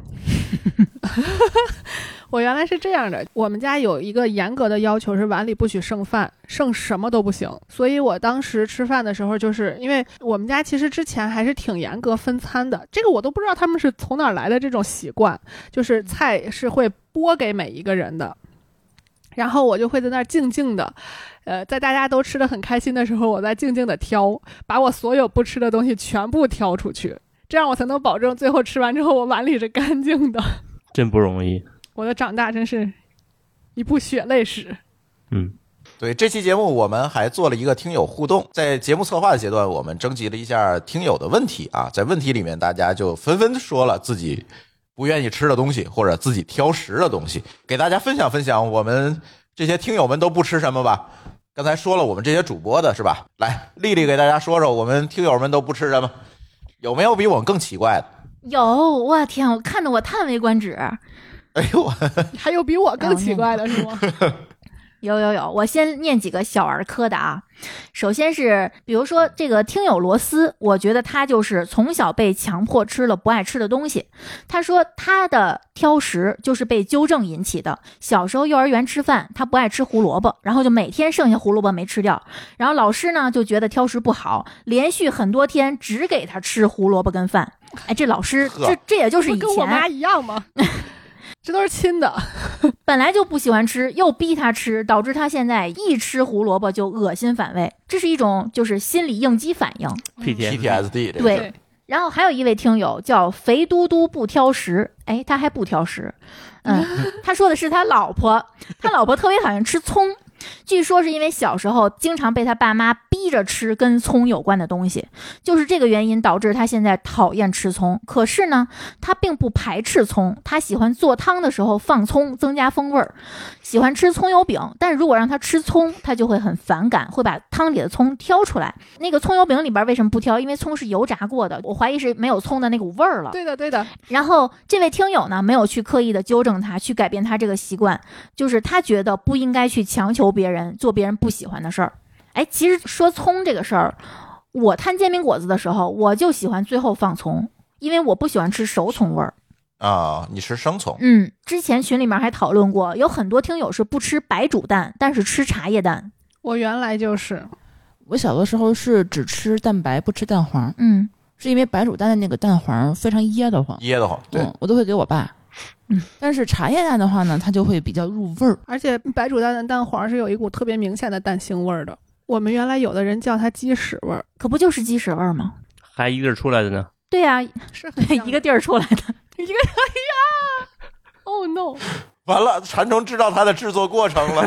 我原来是这样的，我们家有一个严格的要求是碗里不许剩饭，剩什么都不行。所以我当时吃饭的时候，就是因为我们家其实之前还是挺严格分餐的，这个我都不知道他们是从哪儿来的这种习惯，就是菜是会拨给每一个人的，然后我就会在那儿静静的呃，在大家都吃得很开心的时候，我在静静的挑，把我所有不吃的东西全部挑出去，这样我才能保证最后吃完之后我碗里是干净的。 真不容易， 我的长大真是一部血泪史。 嗯， 对，这期节目我们还做了一个听友互动，在节目策划的阶段，我们征集了一下听友的问题啊，在问题里面大家就纷纷说了自己不愿意吃的东西，或者自己挑食的东西，给大家分享分享我们这些听友们都不吃什么吧。刚才说了我们这些主播的是吧？来，丽丽给大家说说我们听友们都不吃什么，有没有比我们更奇怪的？ 有，我天，我看得我叹为观止。 哎呦， 还有比我更奇怪的是吗？ 有有有，我先念几个小儿科的啊。首先是，比如说这个听友罗斯，我觉得他就是从小被强迫吃了不爱吃的东西。他说他的挑食就是被纠正引起的。小时候幼儿园吃饭，他不爱吃胡萝卜，然后就每天剩下胡萝卜没吃掉，然后老师呢就觉得挑食不好，连续很多天只给他吃胡萝卜跟饭。哎，这老师这这也就是以前跟我妈一样吗？这都是亲的， 本来就不喜欢吃，又逼他吃，导致他现在一吃胡萝卜就恶心反胃，这是一种就是心理应激反应。 P T P T S D 这个对，然后还有一位听友叫肥嘟嘟不挑食，哎，他还不挑食，嗯，他说的是他老婆，他老婆特别讨厌吃葱。据说是因为小时候经常被他爸妈逼着吃跟葱有关的东西，就是这个原因导致他现在讨厌吃葱。可是呢，他并不排斥葱，他喜欢做汤的时候放葱增加风味儿，喜欢吃葱油饼，但如果让他吃葱，他就会很反感，会把汤里的葱挑出来。那个葱油饼里边为什么不挑？因为葱是油炸过的，我怀疑是没有葱的那股味儿了。 对的对的。 然后这位听友呢，没有去刻意的纠正他，去改变他这个习惯，就是他觉得不应该去强求别人做别人不喜欢的事儿。哎，其实说葱这个事儿，我摊煎饼果子的时候，我就喜欢最后放葱，因为我不喜欢吃熟葱味儿啊。你吃生葱？ 嗯，之前群里面还讨论过，有很多听友是不吃白煮蛋，但是吃茶叶蛋。 我原来就是， 我小的时候是只吃蛋白不吃蛋黄， 嗯， 是因为白煮蛋的那个蛋黄非常噎得慌， 噎得慌，对、 嗯，我都会给我爸。嗯，但是茶叶蛋的话呢，它就会比较入味儿， 而且白煮蛋的蛋黄是有一股特别明显的蛋腥味儿的。我们原来有的人叫它鸡屎味儿， 可不就是鸡屎味儿吗？ 还一个是出来的呢？ 对呀、啊， 是很一个地儿出来的， 一个哎呀 ，Oh no！ 完了，馋虫知道它的制作过程了。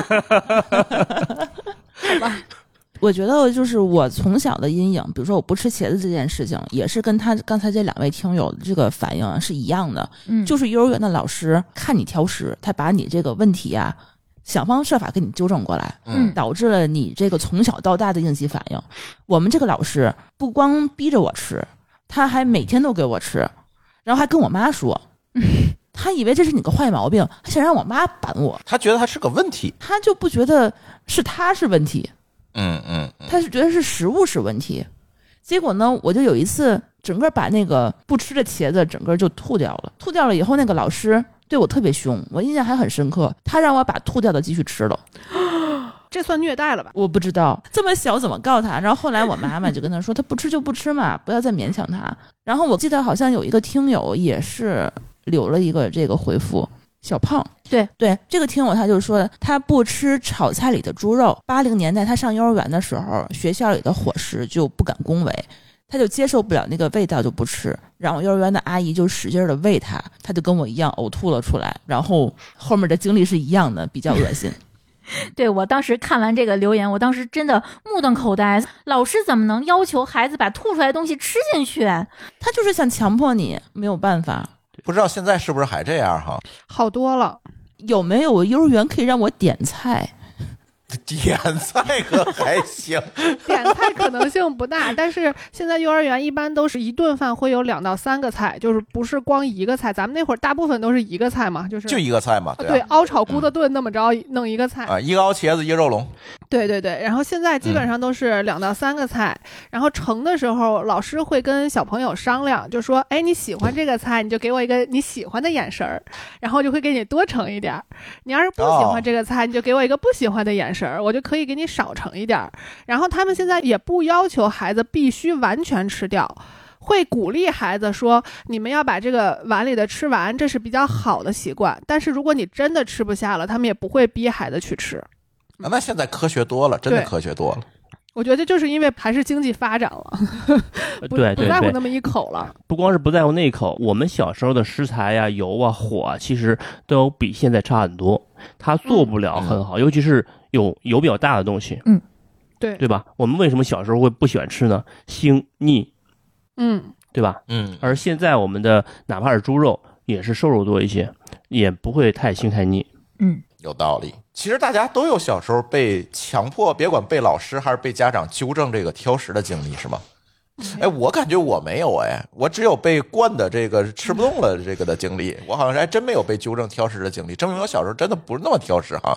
好吧。 我觉得就是我从小的阴影，比如说我不吃茄子这件事情，也是跟他刚才这两位听友的这个反应是一样的。 嗯， 就是幼儿园的老师看你挑食，他把你这个问题啊，想方设法给你纠正过来， 嗯， 导致了你这个从小到大的应激反应。我们这个老师不光逼着我吃，他还每天都给我吃，然后还跟我妈说。他以为这是你个坏毛病，他想让我妈板我。 他觉得他是个问题， 他就不觉得是他是问题。 嗯嗯， 他是觉得是食物是问题，结果呢，我就有一次整个把那个不吃的茄子整个就吐掉了。吐掉了以后，那个老师对我特别凶，我印象还很深刻。他让我把吐掉的继续吃了， 这算虐待了吧？ 我不知道这么小怎么告他。然后后来我妈妈就跟他说，他不吃就不吃嘛，不要再勉强他。然后我记得好像有一个听友也是留了一个这个回复。小胖， 对对，这个听友他就说他不吃炒菜里的猪肉。八零年代他上幼儿园的时候，学校里的伙食就不敢恭维，他就接受不了那个味道就不吃。然后幼儿园的阿姨就使劲的喂他，他就跟我一样呕吐了出来。然后后面的经历是一样的，比较恶心。 对，我当时看完这个留言，我当时真的目瞪口呆。老师怎么能要求孩子把吐出来的东西吃进去？ 他就是想强迫你，没有办法。 不知道现在是不是还这样哈？ 好多了。 有没有幼儿园可以让我点菜？ 点菜可还行， 点菜可能性不大，但是现在幼儿园一般都是一顿饭会有两到三个菜，就是不是光一个菜。咱们那会儿大部分都是一个菜嘛，就是就一个菜嘛，对、啊、 对，凹炒咕的炖那么着弄一个菜啊，一个凹茄子，一个肉龙。 对对对，然后现在基本上都是两到三个菜，嗯、然后盛的时候老师会跟小朋友商量，就说，哎，你喜欢这个菜，你就给我一个你喜欢的眼神儿，然后就会给你多盛一点。你要是不喜欢这个菜，哦、你就给我一个不喜欢的眼神。我就可以给你少盛一点。然后他们现在也不要求孩子必须完全吃掉，会鼓励孩子说你们要把这个碗里的吃完，这是比较好的习惯。但是如果你真的吃不下了，他们也不会逼孩子去吃。 啊、那现在科学多了，真的科学多了。 我觉得就是因为还是经济发展了，不对对对， 不在乎那么一口了。 不光是不在乎那一口，我们小时候的食材呀、油啊、火啊，其实都有比现在差很多。它做不了很好，嗯、尤其是有油比较大的东西。 嗯， 对对吧？我们为什么小时候会不喜欢吃呢？腥腻， 嗯， 对吧？ 嗯。 而现在我们的哪怕是猪肉，也是瘦肉多一些，也不会太腥太腻。 嗯。 有道理。其实大家都有小时候被强迫，别管被老师还是被家长纠正这个挑食的经历，是吗？哎，我感觉我没有，哎，我只有被惯的这个吃不动了这个的经历，我好像还真没有被纠正挑食的经历，证明我小时候真的不是那么挑食哈。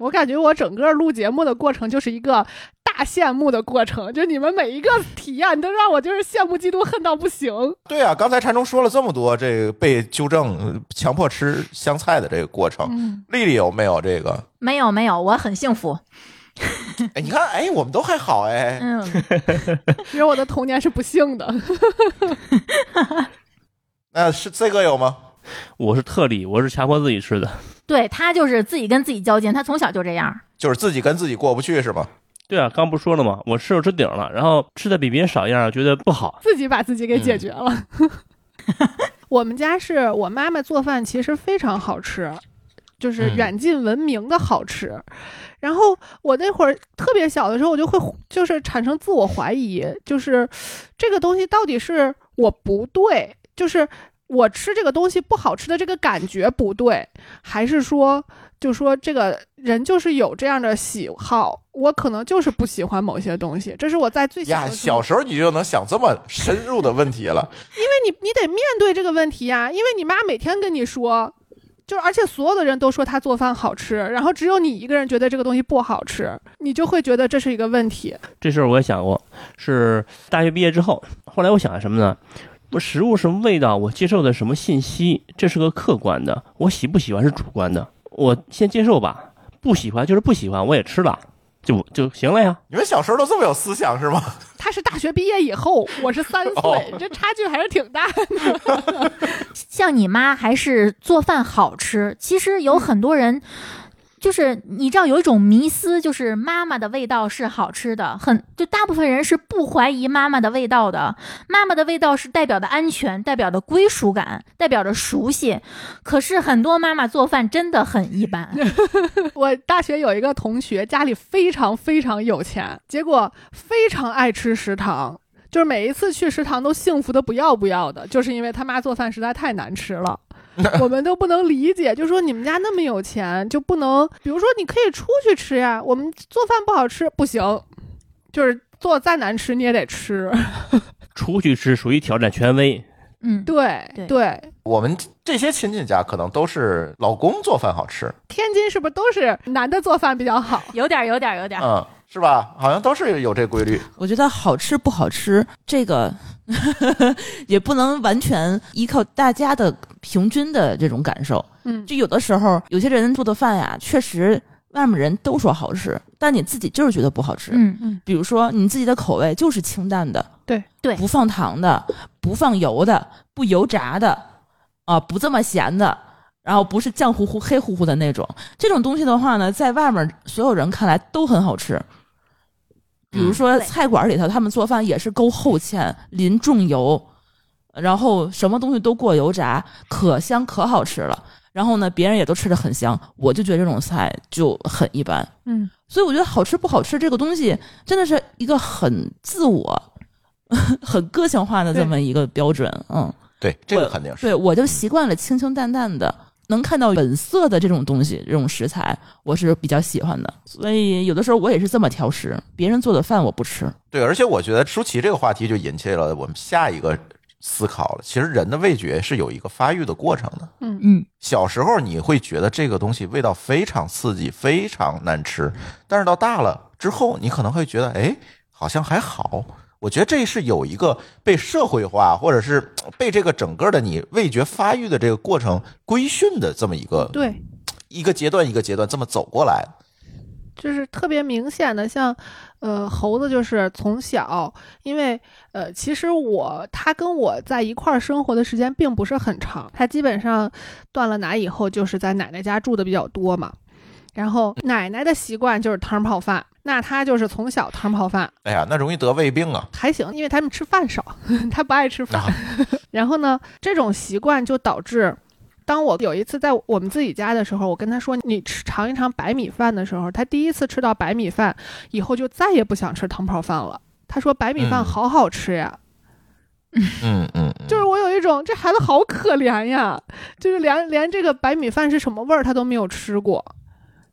我感觉我整个录节目的过程就是一个大羡慕的过程，就你们每一个体验都让我就是羡慕嫉妒恨到不行。 对啊，刚才禅中说了这么多这个被纠正强迫吃香菜的这个过程， 嗯， 丽丽有没有这个？ 没有没有，我很幸福。 哎，你看，哎，我们都还好哎。 嗯， 因为我的童年是不幸的。 那是这个有吗？ 我是特例，我是强迫自己吃的。 对，他就是自己跟自己较劲，他从小就这样。 就是自己跟自己过不去是吗？ 对啊，刚不说了吗？我吃就吃顶了，然后吃的比别人少一样，觉得不好， 自己把自己给解决了。嗯、我们家是我妈妈做饭，其实非常好吃，就是远近闻名的好吃。嗯、然后我那会儿特别小的时候，我就会就是产生自我怀疑，就是这个东西到底是我不对，就是我吃这个东西不好吃的这个感觉不对，还是说就说这个人就是有这样的喜好，我可能就是不喜欢某些东西。这是我在最小的时候， 呀，小时候你就能想这么深入的问题了。 因为你你得面对这个问题呀，因为你妈每天跟你说，就是而且所有的人都说她做饭好吃，然后只有你一个人觉得这个东西不好吃，你就会觉得这是一个问题。 这事儿我也想过，是大学毕业之后，后来我想什么呢？我食物什么味道，我接受的什么信息，这是个客观的，我喜不喜欢是主观的，我先接受吧，不喜欢就是不喜欢，我也吃了，就就行了呀。 你们小时候都这么有思想是吗？ 他是大学毕业以后，我是三岁，哦、这差距还是挺大的。 像你妈还是做饭好吃，其实有很多人。就是你知道有一种迷思，就是妈妈的味道是好吃的，很就大部分人是不怀疑妈妈的味道的。妈妈的味道是代表的安全，代表的归属感，代表着熟悉。可是很多妈妈做饭真的很一般。 我大学有一个同学，家里非常非常有钱，结果非常爱吃食堂，就是每一次去食堂都幸福的不要不要的，就是因为他妈做饭实在太难吃了。我们都不能理解，就说你们家那么有钱，就不能比如说你可以出去吃呀，我们做饭不好吃不行，就是做再难吃你也得吃。 出去吃属于挑战权威。 嗯， 对 对, 对我们这些亲戚家可能都是老公做饭好吃。 天津是不是都是男的做饭比较好？ 有点有点有点嗯，是吧？好像都是有这规律。 我觉得好吃不好吃这个也不能完全依靠大家的平均的这种感受。 嗯， 就有的时候有些人做的饭呀，确实外面人都说好吃，但你自己就是觉得不好吃。 嗯嗯， 比如说你自己的口味就是清淡的， 对对， 不放糖的，不放油的，不油炸的，啊、呃，不这么咸的，然后不是酱乎乎黑乎乎的那种。这种东西的话呢，在外面所有人看来都很好吃。比如说菜馆里头，他们做饭也是勾厚芡、淋重油，然后什么东西都过油炸，可香可好吃了。然后呢，别人也都吃得很香，我就觉得这种菜就很一般。 嗯， 所以我觉得好吃不好吃这个东西，真的是一个很自我、很个性化的这么一个标准。嗯， 对，这个肯定是。 对，我就习惯了清清淡淡的，能看到本色的这种东西，这种食材，我是比较喜欢的。所以有的时候我也是这么挑食，别人做的饭我不吃。 对，而且我觉得舒淇这个话题就引起了我们下一个思考了。其实人的味觉是有一个发育的过程的。 嗯嗯， 小时候你会觉得这个东西味道非常刺激，非常难吃，但是到大了之后，你可能会觉得，哎，好像还好。我觉得这是有一个被社会化，或者是被这个整个的你味觉发育的这个过程规训的这么一个对一个阶段一个阶段这么走过来。 就是特别明显的，像呃猴子就是从小，因为呃其实我他跟我在一块儿生活的时间并不是很长，他基本上断了奶以后就是在奶奶家住的比较多嘛，然后奶奶的习惯就是汤泡饭，那他就是从小汤泡饭。 哎呀，那容易得胃病啊。 还行，因为他们吃饭少，他不爱吃饭。然后呢，这种习惯就导致，当我有一次在我们自己家的时候，我跟他说你吃尝一尝白米饭的时候，他第一次吃到白米饭以后就再也不想吃汤泡饭了。他说白米饭好好吃呀。 嗯嗯嗯， 就是我有一种这孩子好可怜呀，就是连连这个白米饭是什么味儿他都没有吃过。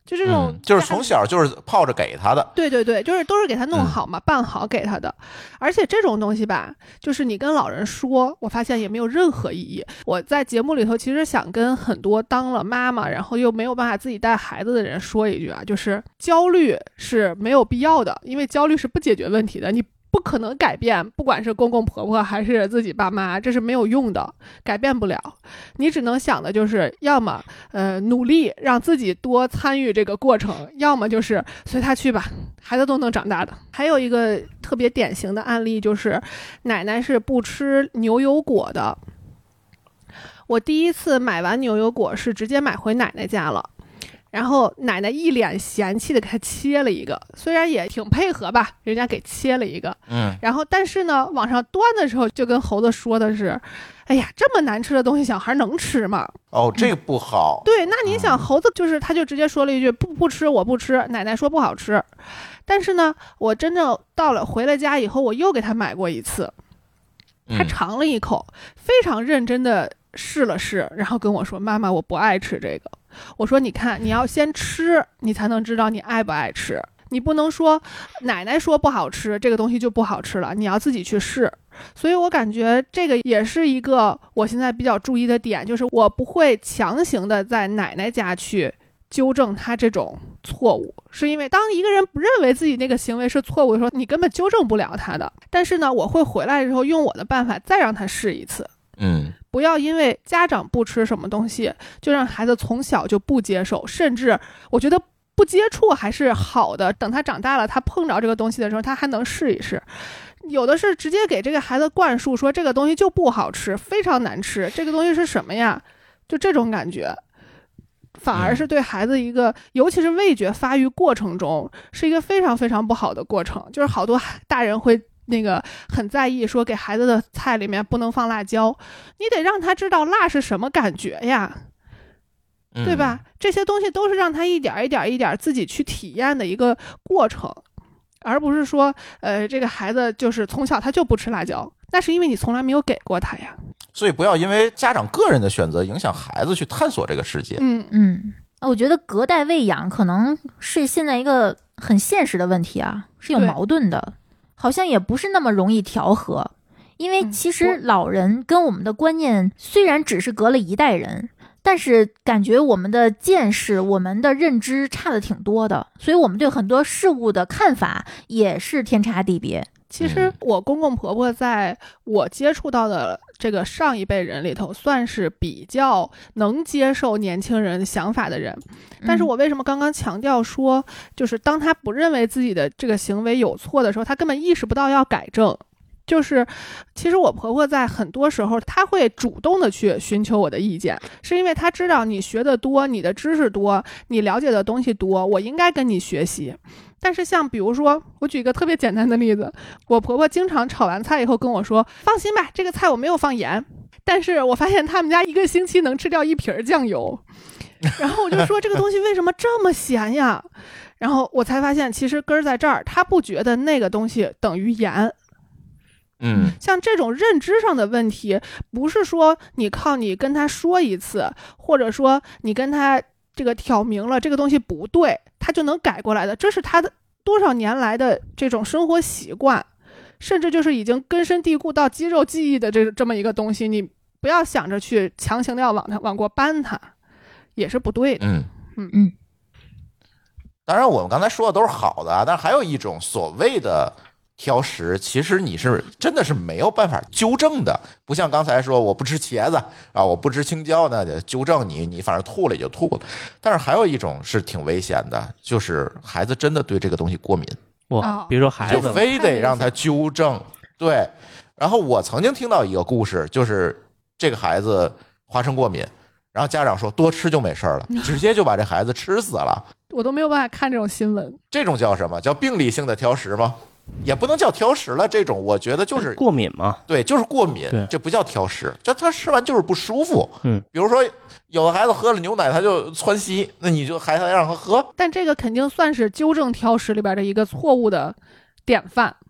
就这种、 嗯，就是从小就是泡着给他的。 对对对，就是都是给他弄好嘛，嗯、办好给他的。而且这种东西吧，就是你跟老人说，我发现也没有任何意义。我在节目里头其实想跟很多当了妈妈，然后又没有办法自己带孩子的人说一句啊，就是焦虑是没有必要的，因为焦虑是不解决问题的。你不可能改变，不管是公公婆婆还是自己爸妈，这是没有用的，改变不了。你只能想的就是要么呃努力让自己多参与这个过程，要么就是随他去吧，孩子都能长大的。还有一个特别典型的案例就是奶奶是不吃牛油果的。我第一次买完牛油果是直接买回奶奶家了，然后奶奶一脸嫌弃的给他切了一个，虽然也挺配合吧，人家给切了一个， 嗯， 然后但是呢，往上端的时候就跟猴子说的是，哎呀，这么难吃的东西，小孩能吃吗？ 哦，这个不好。 对，那你想，猴子就是他就直接说了一句不不吃，我不吃。奶奶说不好吃，但是呢，我真正到了回了家以后，我又给他买过一次，他尝了一口，非常认真的试了试，然后跟我说：“妈妈，我不爱吃这个。”我说：“你看，你要先吃，你才能知道你爱不爱吃。你不能说奶奶说不好吃，这个东西就不好吃了，你要自己去试。”所以我感觉这个也是一个我现在比较注意的点，就是我不会强行的在奶奶家去纠正他这种错误，是因为当一个人不认为自己那个行为是错误的时候，你根本纠正不了他的。但是呢，我会回来之后用我的办法再让他试一次。 嗯， 不要因为家长不吃什么东西，就让孩子从小就不接受，甚至我觉得不接触还是好的。等他长大了，他碰着这个东西的时候，他还能试一试。有的是直接给这个孩子灌输说这个东西就不好吃，非常难吃，这个东西是什么呀？就这种感觉。反而是对孩子一个，尤其是味觉发育过程中，是一个非常非常不好的过程。就是好多大人会那个很在意说给孩子的菜里面不能放辣椒，你得让他知道辣是什么感觉呀，对吧？这些东西都是让他一点一点一点自己去体验的一个过程，而不是说呃这个孩子就是从小他就不吃辣椒，那是因为你从来没有给过他呀。 所以不要因为家长个人的选择影响孩子去探索这个世界。 嗯嗯，我觉得隔代喂养可能是现在一个很现实的问题啊，是有矛盾的，好像也不是那么容易调和。因为其实老人跟我们的观念虽然只是隔了一代人，但是感觉我们的见识、我们的认知差的挺多的，所以我们对很多事物的看法也是天差地别。 其实我公公婆婆在我接触到的这个上一辈人里头，算是比较能接受年轻人想法的人。但是我为什么刚刚强调说，就是当他不认为自己的这个行为有错的时候，他根本意识不到要改正。就是其实我婆婆在很多时候她会主动的去寻求我的意见，是因为她知道你学的多，你的知识多，你了解的东西多，我应该跟你学习。但是像比如说，我举一个特别简单的例子，我婆婆经常炒完菜以后跟我说，放心吧，这个菜我没有放盐。但是我发现他们家一个星期能吃掉一瓶酱油，然后我就说这个东西为什么这么咸呀？然后我才发现其实根儿在这儿，他不觉得那个东西等于盐。 嗯， 像这种认知上的问题，不是说你靠你跟他说一次，或者说你跟他这个挑明了这个东西不对，他就能改过来的。这是他的多少年来的这种生活习惯，甚至就是已经根深蒂固到肌肉记忆的这这么一个东西，你不要想着去强行的要往他往过搬它，也是不对的。 嗯嗯嗯。 当然，我们刚才说的都是好的啊，但是还有一种所谓的挑食，其实你是真的是没有办法纠正的，不像刚才说我不吃茄子啊，我不吃青椒呢，纠正你，你反正吐了也就吐了。但是还有一种是挺危险的，就是孩子真的对这个东西过敏， 哇，别说孩子就非得让他纠正。对，然后我曾经听到一个故事，就是这个孩子花生过敏，然后家长说多吃就没事了，直接就把这孩子吃死了。 我都没有办法看这种新闻。 这种叫什么？叫病理性的挑食吗？也不能叫挑食了，这种我觉得就是过敏嘛。 对，就是过敏，这不叫挑食，这他吃完就是不舒服。嗯，比如说有的孩子喝了牛奶他就窜稀，那你就还得让他喝。 但这个肯定算是纠正挑食里边的一个错误的典范。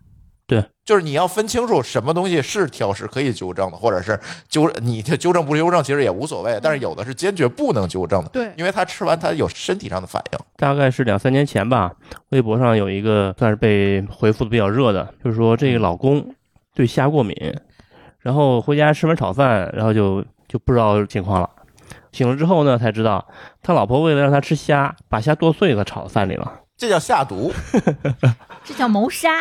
对， 就是你要分清楚什么东西是挑食可以纠正的，或者是纠你纠正不纠正其实也无所谓，但是有的是坚决不能纠正的， 对， 因为他吃完他有身体上的反应。 大概是两三年前吧，微博上有一个算是被回复的比较热的，就是说这个老公对虾过敏，然后回家吃完炒饭，然后就就不知道情况了。醒了之后呢，才知道他老婆为了让他吃虾，把虾剁碎了炒饭里了， 这叫下毒， 这叫谋杀。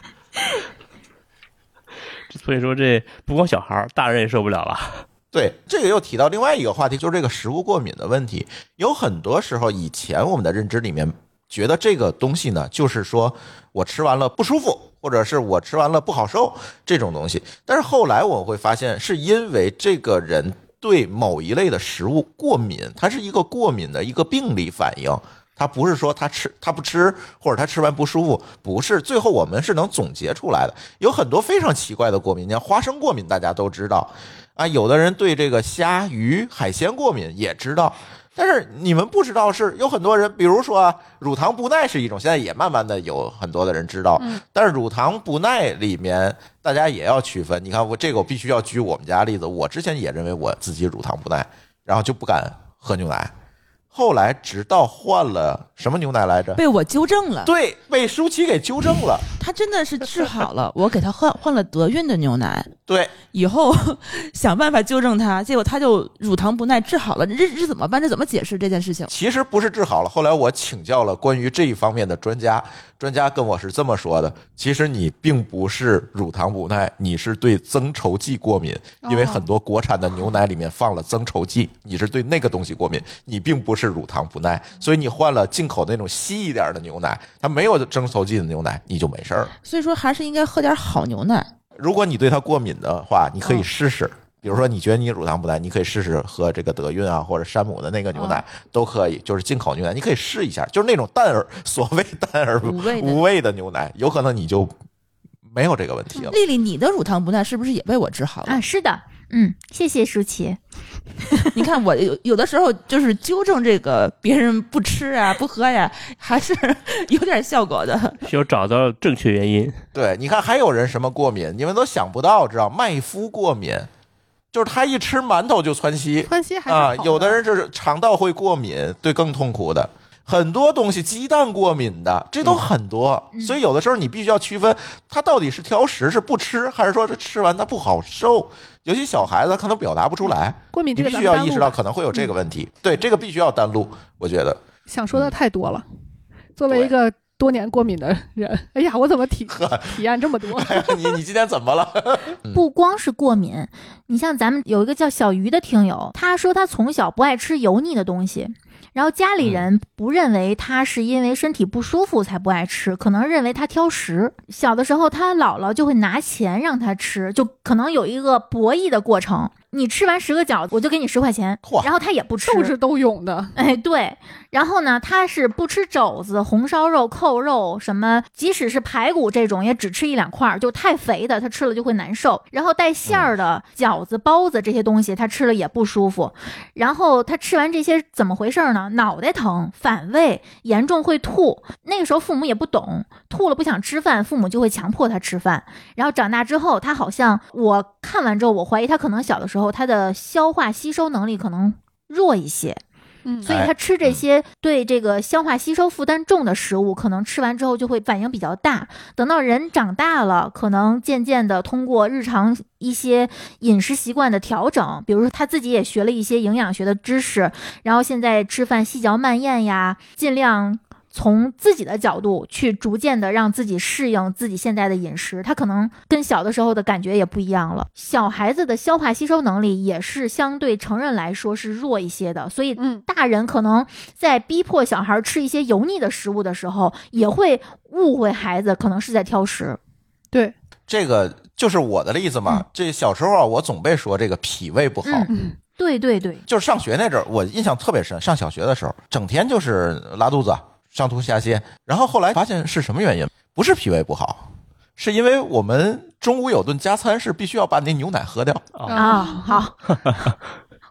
所以说这不光小孩，大人也受不了了。 对，这个又提到另外一个话题，就是这个食物过敏的问题。有很多时候，以前我们的认知里面觉得这个东西呢，就是说我吃完了不舒服，或者是我吃完了不好受这种东西。但是后来我会发现，是因为这个人对某一类的食物过敏，它是一个过敏的一个病理反应。他不是说他吃他不吃，或者他吃完不舒服，不是。最后我们是能总结出来的，有很多非常奇怪的过敏，像花生过敏，大家都知道啊。有的人对这个虾、鱼、海鲜过敏也知道，但是你们不知道是有很多人，比如说啊，乳糖不耐是一种，现在也慢慢的有很多的人知道。但是乳糖不耐里面大家也要区分。你看我这个我必须要举我们家例子，我之前也认为我自己乳糖不耐，然后就不敢喝牛奶。后来直到换了什么牛奶来着？ 被我纠正了。 对，被舒淇给纠正了。 他真的是治好了，我给他换换了德运的牛奶。 对， 以后想办法纠正他，结果他就乳糖不耐治好了，这这怎么办？这怎么解释这件事情？ 其实不是治好了，后来我请教了关于这一方面的专家，专家跟我是这么说的：其实你并不是乳糖不耐，你是对增稠剂过敏，因为很多国产的牛奶里面放了增稠剂，你是对那个东西过敏，你并不是乳糖不耐，所以你换了进口那种稀一点的牛奶，它没有增稠剂的牛奶，你就没事儿。 所以说还是应该喝点好牛奶。 如果你对它过敏的话，你可以试试。比如说，你觉得你乳糖不耐，你可以试试喝这个德运啊，或者山姆的那个牛奶都可以，就是进口牛奶，你可以试一下，就是那种淡而所谓淡而无味的无味的牛奶，有可能你就没有这个问题了。 丽丽，你的乳糖不耐是不是也被我治好了啊？是的，嗯，谢谢舒淇。 你看我有有的时候就是纠正这个别人不吃啊不喝呀，还是有点效果的， 需要找到正确原因。 对，你看还有人什么过敏，你们都想不到，知道麦麸过敏。就是他一吃馒头就窜稀， 窜稀还是啊，有的人是肠道会过敏，对，更痛苦的。很多东西，鸡蛋过敏的，这都很多， 嗯、 所以有的时候你必须要区分，他到底是挑食是不吃，还是说这吃完他不好受。尤其小孩子可能表达不出来， 过敏这个你必须要意识到可能会有这个问题。嗯、对，这个必须要单录，我觉得。 想说的太多了，嗯、作为一个多年过敏的人，哎呀，我怎么体体验这么多？ 你你今天怎么了？ 不光是过敏，你像咱们有一个叫小鱼的听友，他说他从小不爱吃油腻的东西。然后家里人不认为他是因为身体不舒服才不爱吃，可能认为他挑食。小的时候他姥姥就会拿钱让他吃，就可能有一个博弈的过程。你吃完十个饺子，我就给你十块钱，然后他也不吃， 斗智斗勇的。 哎，对。然后呢，他是不吃肘子、红烧肉、扣肉什么，即使是排骨这种，也只吃一两块，就太肥的，他吃了就会难受。然后带馅儿的饺子、包子这些东西，他吃了也不舒服。然后他吃完这些怎么回事呢？脑袋疼、反胃，严重会吐。那个时候父母也不懂，吐了不想吃饭，父母就会强迫他吃饭。然后长大之后，他好像我看完之后，我怀疑他可能小的时候他的消化吸收能力可能弱一些。 嗯， 所以他吃这些对这个消化吸收负担重的食物，可能吃完之后就会反应比较大。等到人长大了，可能渐渐的通过日常一些饮食习惯的调整，比如说他自己也学了一些营养学的知识，然后现在吃饭细嚼慢咽呀，尽量从自己的角度去逐渐的让自己适应自己现在的饮食，他可能跟小的时候的感觉也不一样了。小孩子的消化吸收能力也是相对成人来说是弱一些的，所以大人可能在逼迫小孩吃一些油腻的食物的时候，也会误会孩子可能是在挑食。 对， 这个就是我的例子嘛。嗯、这小时候啊，我总被说这个脾胃不好。 嗯，对对对， 就是上学那阵儿，我印象特别深。上小学的时候，整天就是拉肚子。上吐下泻，然后后来发现是什么原因？不是脾胃不好，是因为我们中午有顿加餐是必须要把那牛奶喝掉啊。好，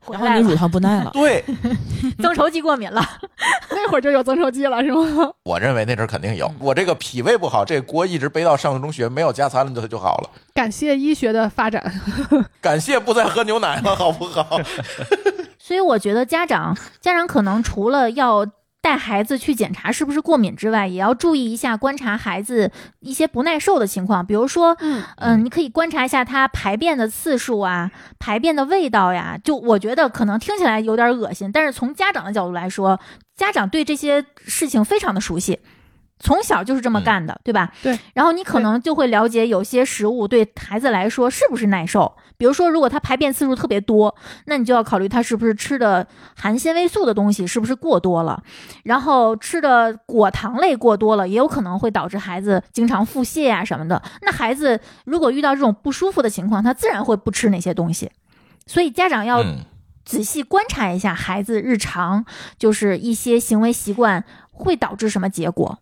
回来了， 然后你乳糖不耐了。 对， 增稠剂过敏了。 那会儿就有增稠剂了是吗？ 我认为那阵儿肯定有。我这个脾胃不好，这锅一直背到上中学，没有加餐了就就好了。 感谢医学的发展。 感谢不再喝牛奶了，好不好？ 所以我觉得家长家长可能除了要带孩子去检查是不是过敏之外，也要注意一下观察孩子一些不耐受的情况。比如说嗯、呃，你可以观察一下他排便的次数啊，排便的味道呀。就我觉得可能听起来有点恶心，但是从家长的角度来说，家长对这些事情非常的熟悉，从小就是这么干的、嗯、对吧？ 对。 然后你可能就会了解有些食物对孩子来说是不是耐受。比如说如果他排便次数特别多，那你就要考虑他是不是吃的含纤维素的东西是不是过多了，然后吃的果糖类过多了，也有可能会导致孩子经常腹泻啊什么的。那孩子如果遇到这种不舒服的情况，他自然会不吃那些东西。所以家长要仔细观察一下孩子日常就是一些行为习惯会导致什么结果。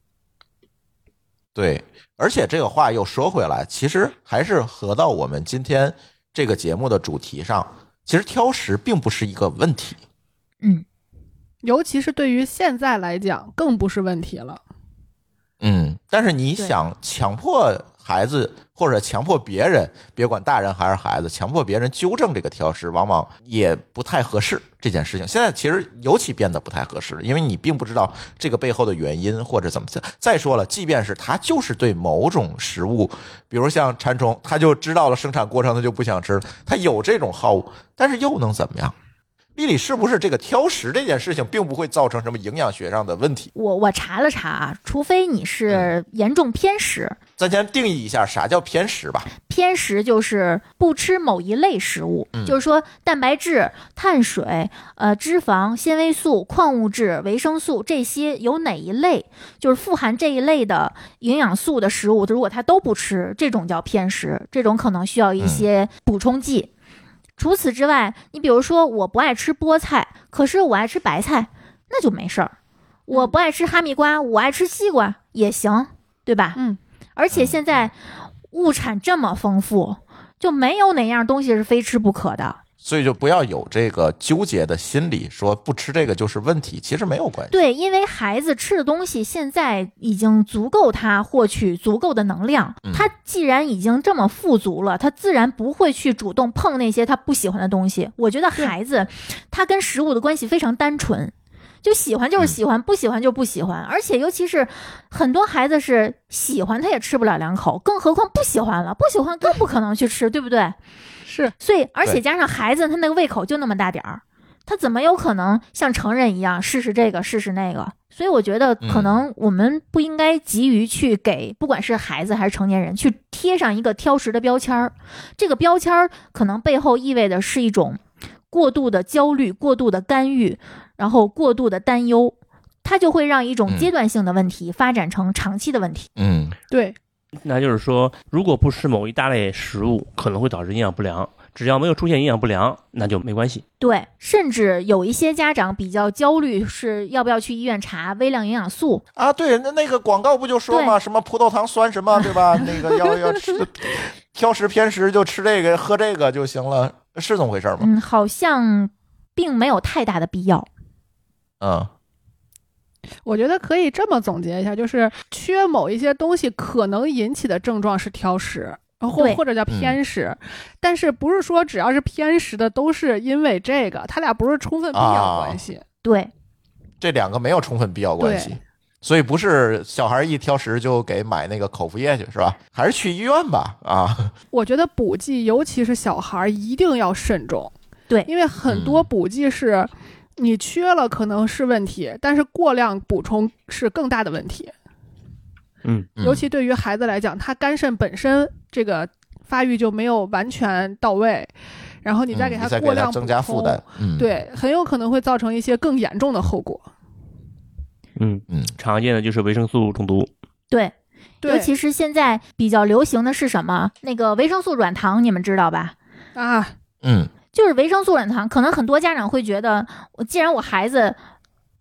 对，而且这个话又说回来，其实还是合到我们今天这个节目的主题上，其实挑食并不是一个问题。 嗯， 尤其是对于现在来讲更不是问题了。 嗯，但是你想强迫孩子或者强迫别人，别管大人还是孩子，强迫别人纠正这个挑食往往也不太合适。这件事情现在其实尤其变得不太合适，因为你并不知道这个背后的原因或者怎么。再说了，即便是他就是对某种食物，比如像蚕虫，他就知道了生产过程他就不想吃了，他有这种好恶，但是又能怎么样？丽丽，是不是这个挑食这件事情并不会造成什么营养学上的问题？ 我我查了查啊，除非你是严重偏食。 嗯、咱先定义一下啥叫偏食吧。 偏食就是不吃某一类食物， 嗯、 就是说蛋白质、碳水、呃脂肪、纤维素、矿物质、维生素这些有哪一类，就是富含这一类的营养素的食物，如果他都不吃，这种叫偏食，这种可能需要一些补充剂。嗯除此之外，你比如说我不爱吃菠菜，可是我爱吃白菜，那就没事儿。我不爱吃哈密瓜，我爱吃西瓜也行，对吧？ 嗯。 而且现在物产这么丰富，就没有哪样东西是非吃不可的。 所以就不要有这个纠结的心理，说不吃这个就是问题，其实没有关系。 对，因为孩子吃的东西现在已经足够他获取足够的能量， 嗯、 他既然已经这么富足了，他自然不会去主动碰那些他不喜欢的东西。我觉得孩子他跟食物的关系非常单纯，就喜欢就是喜欢，不喜欢就不喜欢。而且尤其是很多孩子是喜欢他也吃不了两口，更何况不喜欢了，不喜欢更不可能去吃，对不对？ 是， 所以而且加上孩子他那个胃口就那么大点儿，他怎么有可能像成人一样试试这个试试那个？所以我觉得可能我们不应该急于去给不管是孩子还是成年人去贴上一个挑食的标签儿，这个标签儿可能背后意味的是一种过度的焦虑、过度的干预，然后过度的担忧，它就会让一种阶段性的问题发展成长期的问题。 嗯， 对。 那就是说，如果不吃某一大类食物，可能会导致营养不良。只要没有出现营养不良，那就没关系。 对，甚至有一些家长比较焦虑，是要不要去医院查微量营养素啊？对，那那个广告不就说嘛，什么葡萄糖酸什么，对吧？那个要要吃挑食偏食就吃这个喝这个就行了，是这么回事吗？ 嗯，好像并没有太大的必要。 嗯。 我觉得可以这么总结一下，就是缺某一些东西可能引起的症状是挑食，或或者叫偏食、嗯，但是不是说只要是偏食的都是因为这个，它俩不是充分必要关系。啊、 对， 这两个没有充分必要关系，所以不是小孩一挑食就给买那个口服液去，是吧？还是去医院吧。啊， 我觉得补剂，尤其是小孩一定要慎重。 对， 因为很多补剂是。嗯你缺了可能是问题，但是过量补充是更大的问题。 嗯， 尤其对于孩子来讲，他肝肾本身这个发育就没有完全到位，然后你再给他过量补充，嗯、 增加负担，嗯， 对，很有可能会造成一些更严重的后果。 嗯嗯，常见的就是维生素中毒。 对，尤其是现在比较流行的是什么？那个维生素软糖，你们知道吧？ 啊， 嗯。 就是维生素软糖，可能很多家长会觉得，我既然我孩子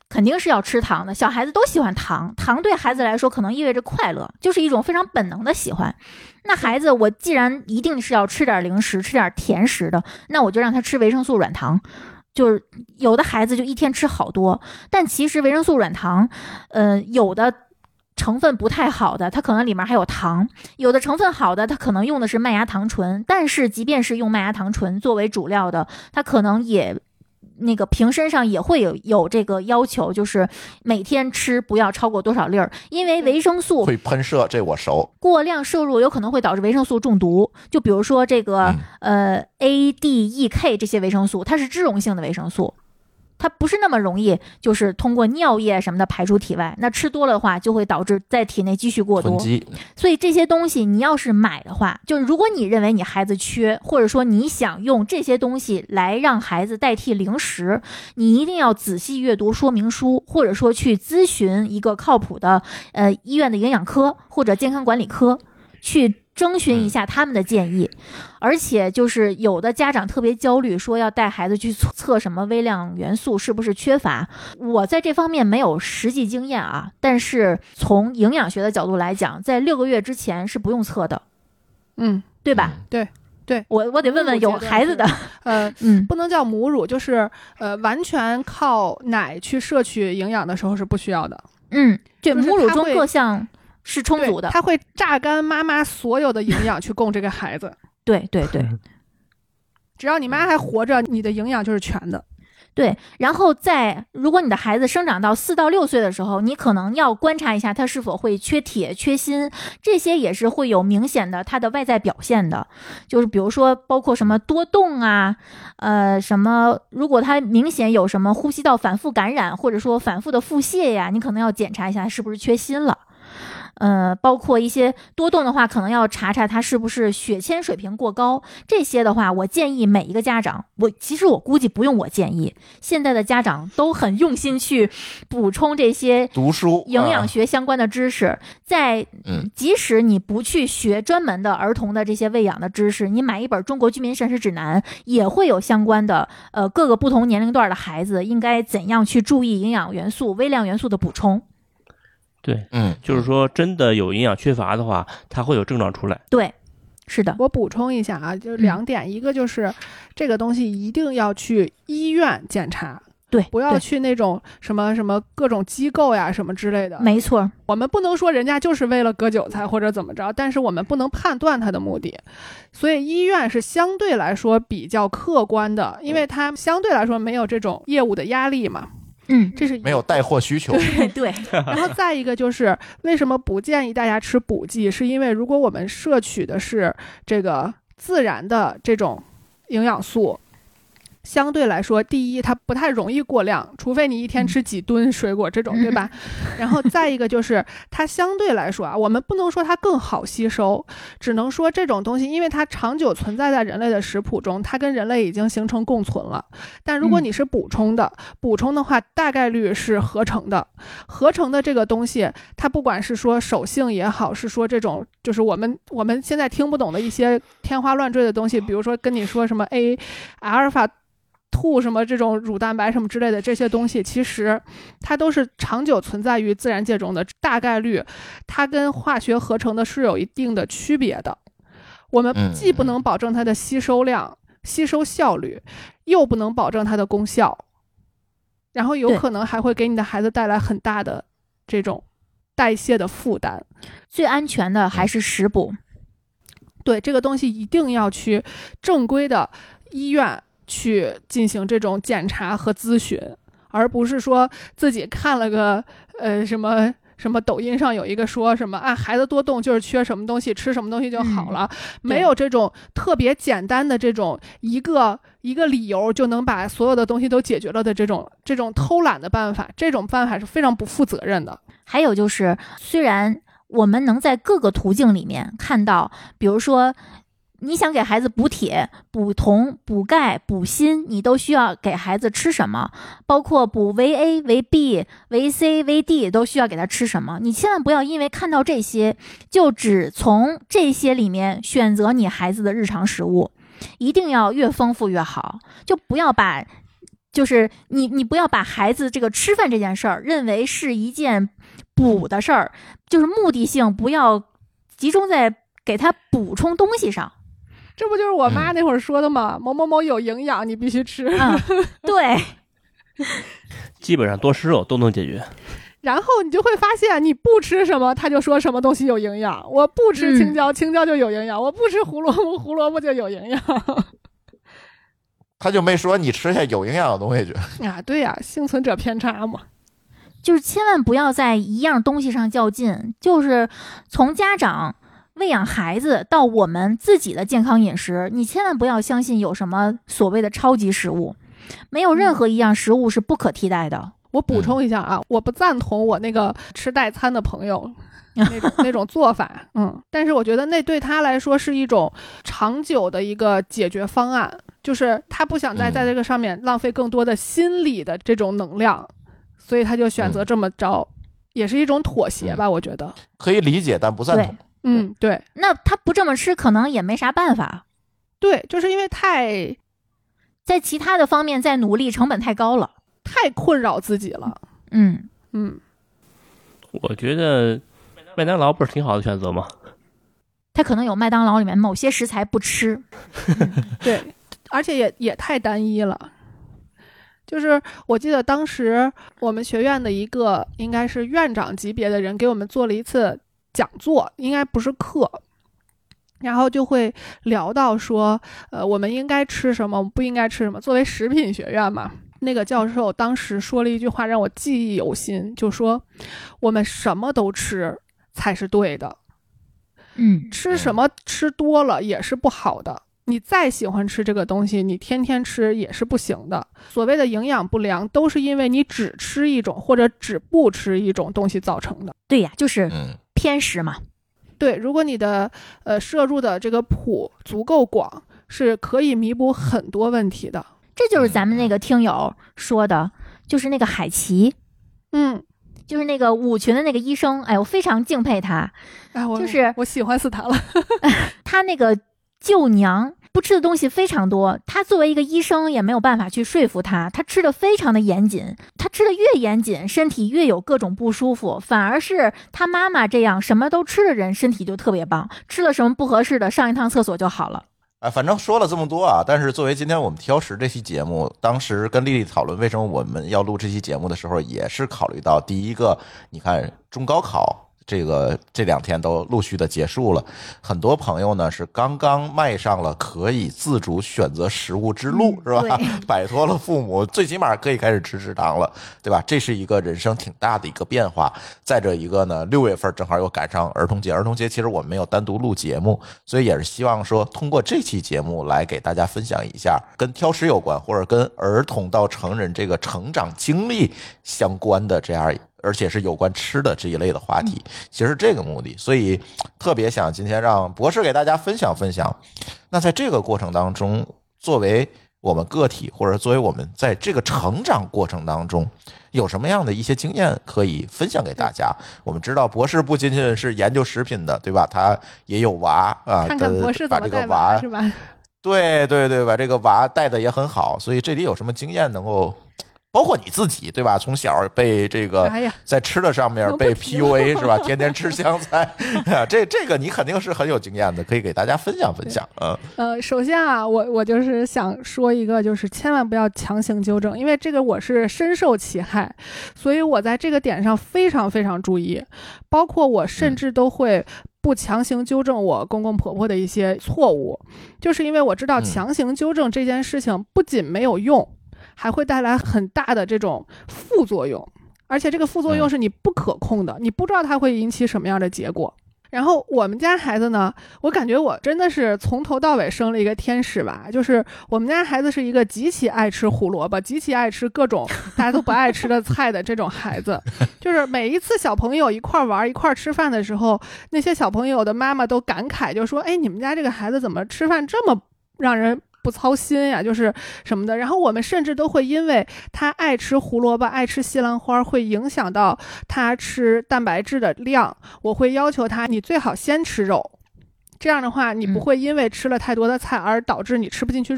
肯定是要吃糖的，小孩子都喜欢糖，糖对孩子来说可能意味着快乐，就是一种非常本能的喜欢。那孩子，我既然一定是要吃点零食，吃点甜食的，那我就让他吃维生素软糖。就是有的孩子就一天吃好多，但其实维生素软糖，呃，有的成分不太好的，它可能里面还有糖；有的成分好的，它可能用的是麦芽糖醇。但是即便是用麦芽糖醇作为主料的，它可能也那个瓶身上也会有有这个要求，就是每天吃不要超过多少粒儿，因为维生素会喷射，这我熟。 过量摄入有可能会导致维生素中毒。就比如说这个、嗯、呃 A D E K 这些维生素，它是脂溶性的维生素，它不是那么容易就是通过尿液什么的排出体外，那吃多了的话就会导致在体内积蓄过多。所以这些东西你要是买的话，就是如果你认为你孩子缺，或者说你想用这些东西来让孩子代替零食，你一定要仔细阅读说明书，或者说去咨询一个靠谱的呃医院的营养科或者健康管理科，去征询一下他们的建议。而且就是有的家长特别焦虑，说要带孩子去测什么微量元素是不是缺乏。我在这方面没有实际经验啊，但是从营养学的角度来讲，在六个月之前是不用测的， 嗯， 对吧？ 对对， 我我得问问有孩子的， 呃，嗯，不能叫母乳，就是呃，完全靠奶去摄取营养的时候是不需要的。 嗯，对， 就是母乳中各项是充足的， 它会榨干妈妈所有的营养去供这个孩子。 对对对， 只要你妈还活着，你的营养就是全的。 对，然后在如果你的孩子生长到四到六岁的时候，你可能要观察一下他是否会缺铁、缺锌，这些也是会有明显的他的外在表现的。就是比如说，包括什么多动啊，呃，什么如果他明显有什么呼吸道反复感染，或者说反复的腹泻呀，你可能要检查一下是不是缺锌了。呃，包括一些多动的话，可能要查查他是不是血铅水平过高。这些的话，我建议每一个家长，我其实我估计不用我建议，现在的家长都很用心去补充这些读书营养学相关的知识。啊、在即使你不去学专门的儿童的这些喂养的知识，你买一本《中国居民膳食指南》，也会有相关的呃各个不同年龄段的孩子应该怎样去注意营养元素、微量元素的补充。 对，嗯，就是说真的有营养缺乏的话，它会有症状出来。 对，是的。 我补充一下啊，就是两点，嗯、一个就是这个东西一定要去医院检查， 对， 不要去那种什么什么各种机构呀什么之类的。 没错， 我们不能说人家就是为了割韭菜或者怎么着，但是我们不能判断他的目的。所以医院是相对来说比较客观的，因为它相对来说没有这种业务的压力嘛。 嗯， 这是没有带货需求。 对对。 然后再一个就是为什么不建议大家吃补剂，是因为如果我们摄取的是这个自然的这种营养素，相对来说，第一它不太容易过量，除非你一天吃几吨水果这种，对吧？然后再一个就是它相对来说啊，我们不能说它更好吸收，只能说这种东西因为它长久存在在人类的食谱中，它跟人类已经形成共存了。但如果你是补充的，嗯、补充的话大概率是合成的，合成的这个东西，它不管是说手性也好，是说这种就是我们我们现在听不懂的一些天花乱坠的东西，比如说跟你说什么 A 阿尔法兔什么这种乳蛋白什么之类的这些东西，其实它都是长久存在于自然界中的，大概率它跟化学合成的是有一定的区别的。我们既不能保证它的吸收量、吸收效率，又不能保证它的功效，然后有可能还会给你的孩子带来很大的这种代谢的负担。 最安全的还是食补。 对，这个东西一定要去正规的医院去进行这种检查和咨询，而不是说自己看了个呃什么什么抖音上有一个说什么啊孩子多动就是缺什么东西，吃什么东西就好了，嗯、没有这种特别简单的这种一个一个理由就能把所有的东西都解决了的这种这种偷懒的办法，这种办法是非常不负责任的。 还有就是虽然我们能在各个途径里面看到，比如说你想给孩子补铁、补铜、补钙、补锌，你都需要给孩子吃什么，包括补维 A、维 B、维 C、维 D 都需要给他吃什么。你千万不要因为看到这些就只从这些里面选择你孩子的日常食物，一定要越丰富越好，就不要把就是你你不要把孩子这个吃饭这件事儿认为是一件补的事儿，就是目的性不要集中在给他补充东西上。 这不就是我妈那会儿说的吗？嗯、某某某有营养，你必须吃。 嗯，对， 基本上多吃肉都能解决。 然后你就会发现，你不吃什么，他就说什么东西有营养。我不吃青椒，嗯、青椒就有营养；我不吃胡萝卜，胡萝卜就有营养。 他就没说你吃下有营养的东西去啊？对呀、啊，幸存者偏差嘛。 就是千万不要在一样东西上较劲，就是从家长喂养孩子到我们自己的健康饮食，你千万不要相信有什么所谓的超级食物，没有任何一样食物是不可替代的。 我补充一下啊，我不赞同我那个吃代餐的朋友那种那种做法，嗯，但是我觉得那对他来说是一种长久的一个解决方案，就是他不想再在这个上面浪费更多的心理的这种能量，所以他就选择这么着，也是一种妥协吧，我觉得可以理解，但不赞同。 嗯，对。 那他不这么吃，可能也没啥办法。 对，就是因为太在其他的方面再努力，成本太高了。 太困扰自己了。 嗯嗯， 我觉得麦当劳不是挺好的选择吗？ 他可能有麦当劳里面某些食材不吃。 嗯、对，而且也也太单一了。就是我记得当时我们学院的一个应该是院长级别的人给我们做了一次讲座，应该不是课，然后就会聊到说，呃，我们应该吃什么，我们不应该吃什么。作为食品学院嘛。那个教授当时说了一句话让我记忆犹新，就说我们什么都吃才是对的， 嗯， 吃什么吃多了也是不好的，你再喜欢吃这个东西，你天天吃也是不行的。所谓的营养不良都是因为你只吃一种或者只不吃一种东西造成的。 对呀，就是偏食嘛。 对，如果你的呃摄入的这个谱足够广，是可以弥补很多问题的。 这就是咱们那个听友说的，就是那个海奇， 嗯， 就是那个五群的那个医生，哎，我非常敬佩他， 哎，我就是我喜欢死他了。 他那个舅娘不吃的东西非常多，他作为一个医生也没有办法去说服他，他吃的非常的严谨，他吃的越严谨，身体越有各种不舒服，反而是他妈妈这样什么都吃的人身体就特别棒，吃了什么不合适的上一趟厕所就好了。 哎，反正说了这么多啊，但是作为今天我们挑食这期节目，当时跟丽丽讨论为什么我们要录这期节目的时候，也是考虑到第一个，你看中高考这个这两天都陆续的结束了，很多朋友呢是刚刚迈上了可以自主选择食物之路，是吧？摆脱了父母，最起码可以开始吃食堂了，对吧？这是一个人生挺大的一个变化。再者一个呢，六月份正好又赶上儿童节，儿童节其实我们没有单独录节目，所以也是希望说通过这期节目来给大家分享一下跟挑食有关，或者跟儿童到成人这个成长经历相关的这样，而且是有关吃的这一类的话题，其实这个目的，所以特别想今天让博士给大家分享分享。那在这个过程当中，作为我们个体，或者作为我们在这个成长过程当中，有什么样的一些经验可以分享给大家？我们知道博士不仅仅是研究食品的，对吧？他也有娃啊， 看看博士怎么带娃是吧？ 对对对，把这个娃带的也很好，所以这里有什么经验能够？包括你自己，对吧？从小被这个在吃的上面被 P U A 是吧？天天吃香菜，这这个你肯定是很有经验的，可以给大家分享分享。嗯， 呃，首先啊，我我就是想说一个，就是千万不要强行纠正，因为这个我是深受其害，所以我在这个点上非常非常注意，包括我甚至都会不强行纠正我公公婆婆的一些错误，就是因为我知道强行纠正这件事情不仅没有用，还会带来很大的这种副作用，而且这个副作用是你不可控的，你不知道它会引起什么样的结果。然后我们家孩子呢，我感觉我真的是从头到尾生了一个天使吧，就是我们家孩子是一个极其爱吃胡萝卜，极其爱吃各种大家都不爱吃的菜的这种孩子。就是每一次小朋友一块玩一块吃饭的时候，那些小朋友的妈妈都感慨，就说，哎，你们家这个孩子怎么吃饭这么让人不操心呀，就是什么的。然后我们甚至都会因为他爱吃胡萝卜爱吃西兰花会影响到他吃蛋白质的量，我会要求他你最好先吃肉，这样的话你不会因为吃了太多的菜而导致你吃不进去肉。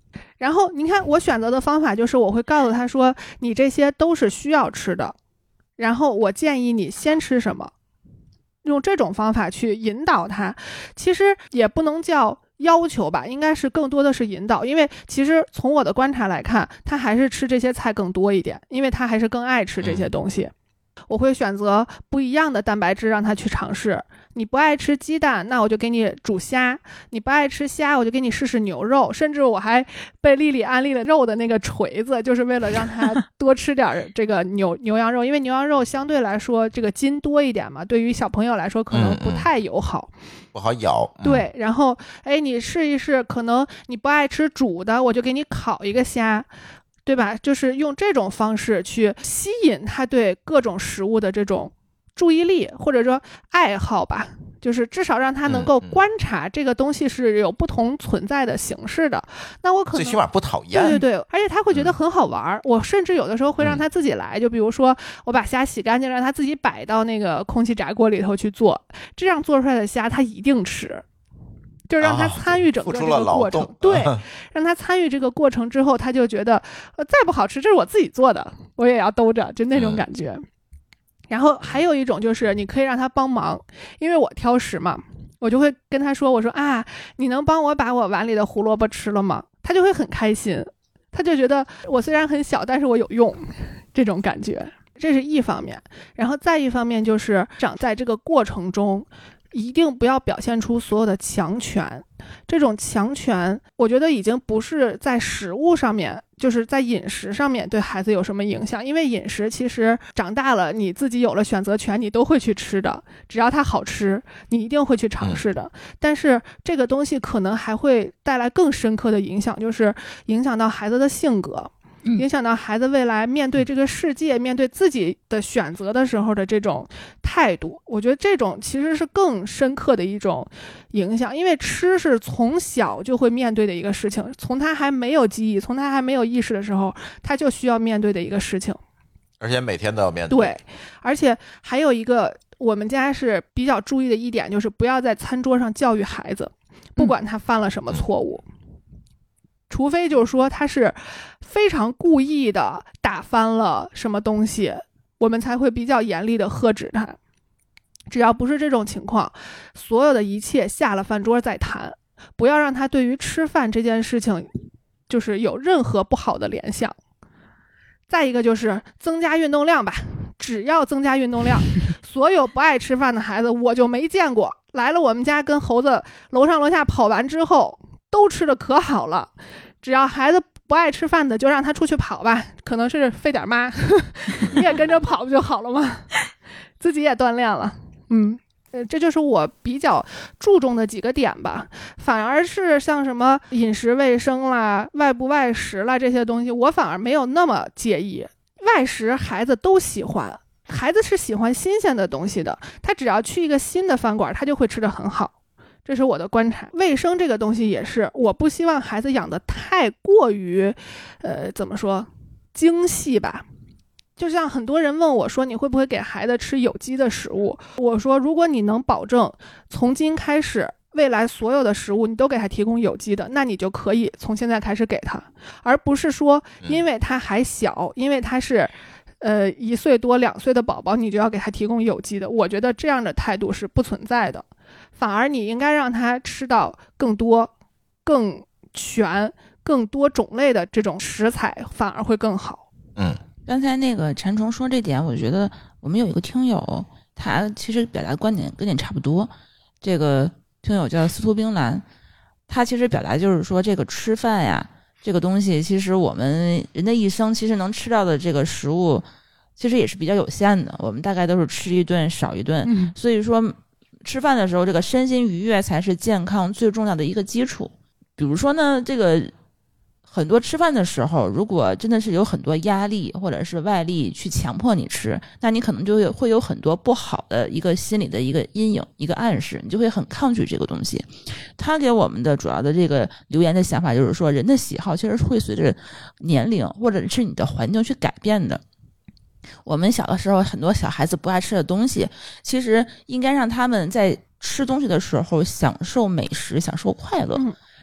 然后你看我选择的方法就是我会告诉他说你这些都是需要吃的，然后我建议你先吃什么，用这种方法去引导他。其实也不能叫要求吧，应该是更多的是引导，因为其实从我的观察来看，他还是吃这些菜更多一点，因为他还是更爱吃这些东西。我会选择不一样的蛋白质让他去尝试。你不爱吃鸡蛋，那我就给你煮虾；你不爱吃虾，我就给你试试牛肉。甚至我还被丽丽安利了肉的那个锤子，就是为了让他多吃点这个牛牛羊肉，因为牛羊肉相对来说这个筋多一点嘛，对于小朋友来说可能不太友好， 嗯嗯不好咬。 嗯、对，然后哎，你试一试，可能你不爱吃煮的，我就给你烤一个虾。对吧？就是用这种方式去吸引他对各种食物的这种注意力，或者说爱好吧，就是至少让他能够观察这个东西是有不同存在的形式的。那我可能最起码不讨厌。 对对对，而且他会觉得很好玩。嗯、我甚至有的时候会让他自己来，就比如说我把虾洗干净，让他自己摆到那个空气炸锅里头去做，这样做出来的虾他一定吃。就让他参与整个这个过程，啊、对，让他参与这个过程之后，他就觉得，呃，再不好吃，这是我自己做的，我也要兜着，就那种感觉。嗯、然后还有一种就是，你可以让他帮忙，因为我挑食嘛，我就会跟他说，我说啊，你能帮我把我碗里的胡萝卜吃了吗？他就会很开心，他就觉得我虽然很小，但是我有用，这种感觉，这是一方面。然后再一方面就是长在这个过程中。一定不要表现出所有的强权，这种强权我觉得已经不是在食物上面，就是在饮食上面对孩子有什么影响，因为饮食其实长大了你自己有了选择权，你都会去吃的，只要它好吃你一定会去尝试的。但是这个东西可能还会带来更深刻的影响，就是影响到孩子的性格，影响到孩子未来面对这个世界、面对自己的选择的时候的这种态度。我觉得这种其实是更深刻的一种影响，因为吃是从小就会面对的一个事情，从他还没有记忆，从他还没有意识的时候，他就需要面对的一个事情， 而且每天都要面对。 对，而且还有一个我们家是比较注意的一点，就是不要在餐桌上教育孩子，不管他犯了什么错误。嗯，除非就是说他是非常故意的打翻了什么东西，我们才会比较严厉的喝止他。只要不是这种情况，所有的一切下了饭桌再谈，不要让他对于吃饭这件事情就是有任何不好的联想。再一个就是增加运动量吧，只要增加运动量，所有不爱吃饭的孩子我就没见过来了我们家跟猴子楼上楼下跑完之后都吃的可好了。只要孩子不爱吃饭的就让他出去跑吧，可能是费点妈你也跟着跑不就好了吗？自己也锻炼了。嗯，呃，这就是我比较注重的几个点吧。反而是像什么饮食卫生啦、外不外食啦这些东西，我反而没有那么介意。外食孩子都喜欢，孩子是喜欢新鲜的东西的，他只要去一个新的饭馆他就会吃得很好，这是我的观察。卫生这个东西也是，我不希望孩子养得太过于呃怎么说精细吧。就像很多人问我说你会不会给孩子吃有机的食物，我说如果你能保证从今开始未来所有的食物你都给他提供有机的，那你就可以从现在开始给他，而不是说因为他还小，因为他是呃一岁多两岁的宝宝你就要给他提供有机的。我觉得这样的态度是不存在的，反而你应该让他吃到更多更全更多种类的这种食材，反而会更好。 嗯， 刚才那个馋虫说这点，我觉得我们有一个听友他其实表达的观点跟你差不多，这个听友叫司徒冰兰，他其实表达就是说这个吃饭呀这个东西，其实我们人的一生其实能吃到的这个食物其实也是比较有限的，我们大概都是吃一顿少一顿、嗯、所以说吃饭的时候这个身心愉悦才是健康最重要的一个基础。比如说呢，这个很多吃饭的时候如果真的是有很多压力或者是外力去强迫你吃，那你可能就会有很多不好的一个心理的一个阴影一个暗示，你就会很抗拒这个东西。他给我们的主要的这个留言的想法就是说，人的喜好其实会随着年龄或者是你的环境去改变的。我们小的时候很多小孩子不爱吃的东西，其实应该让他们在吃东西的时候享受美食享受快乐、嗯、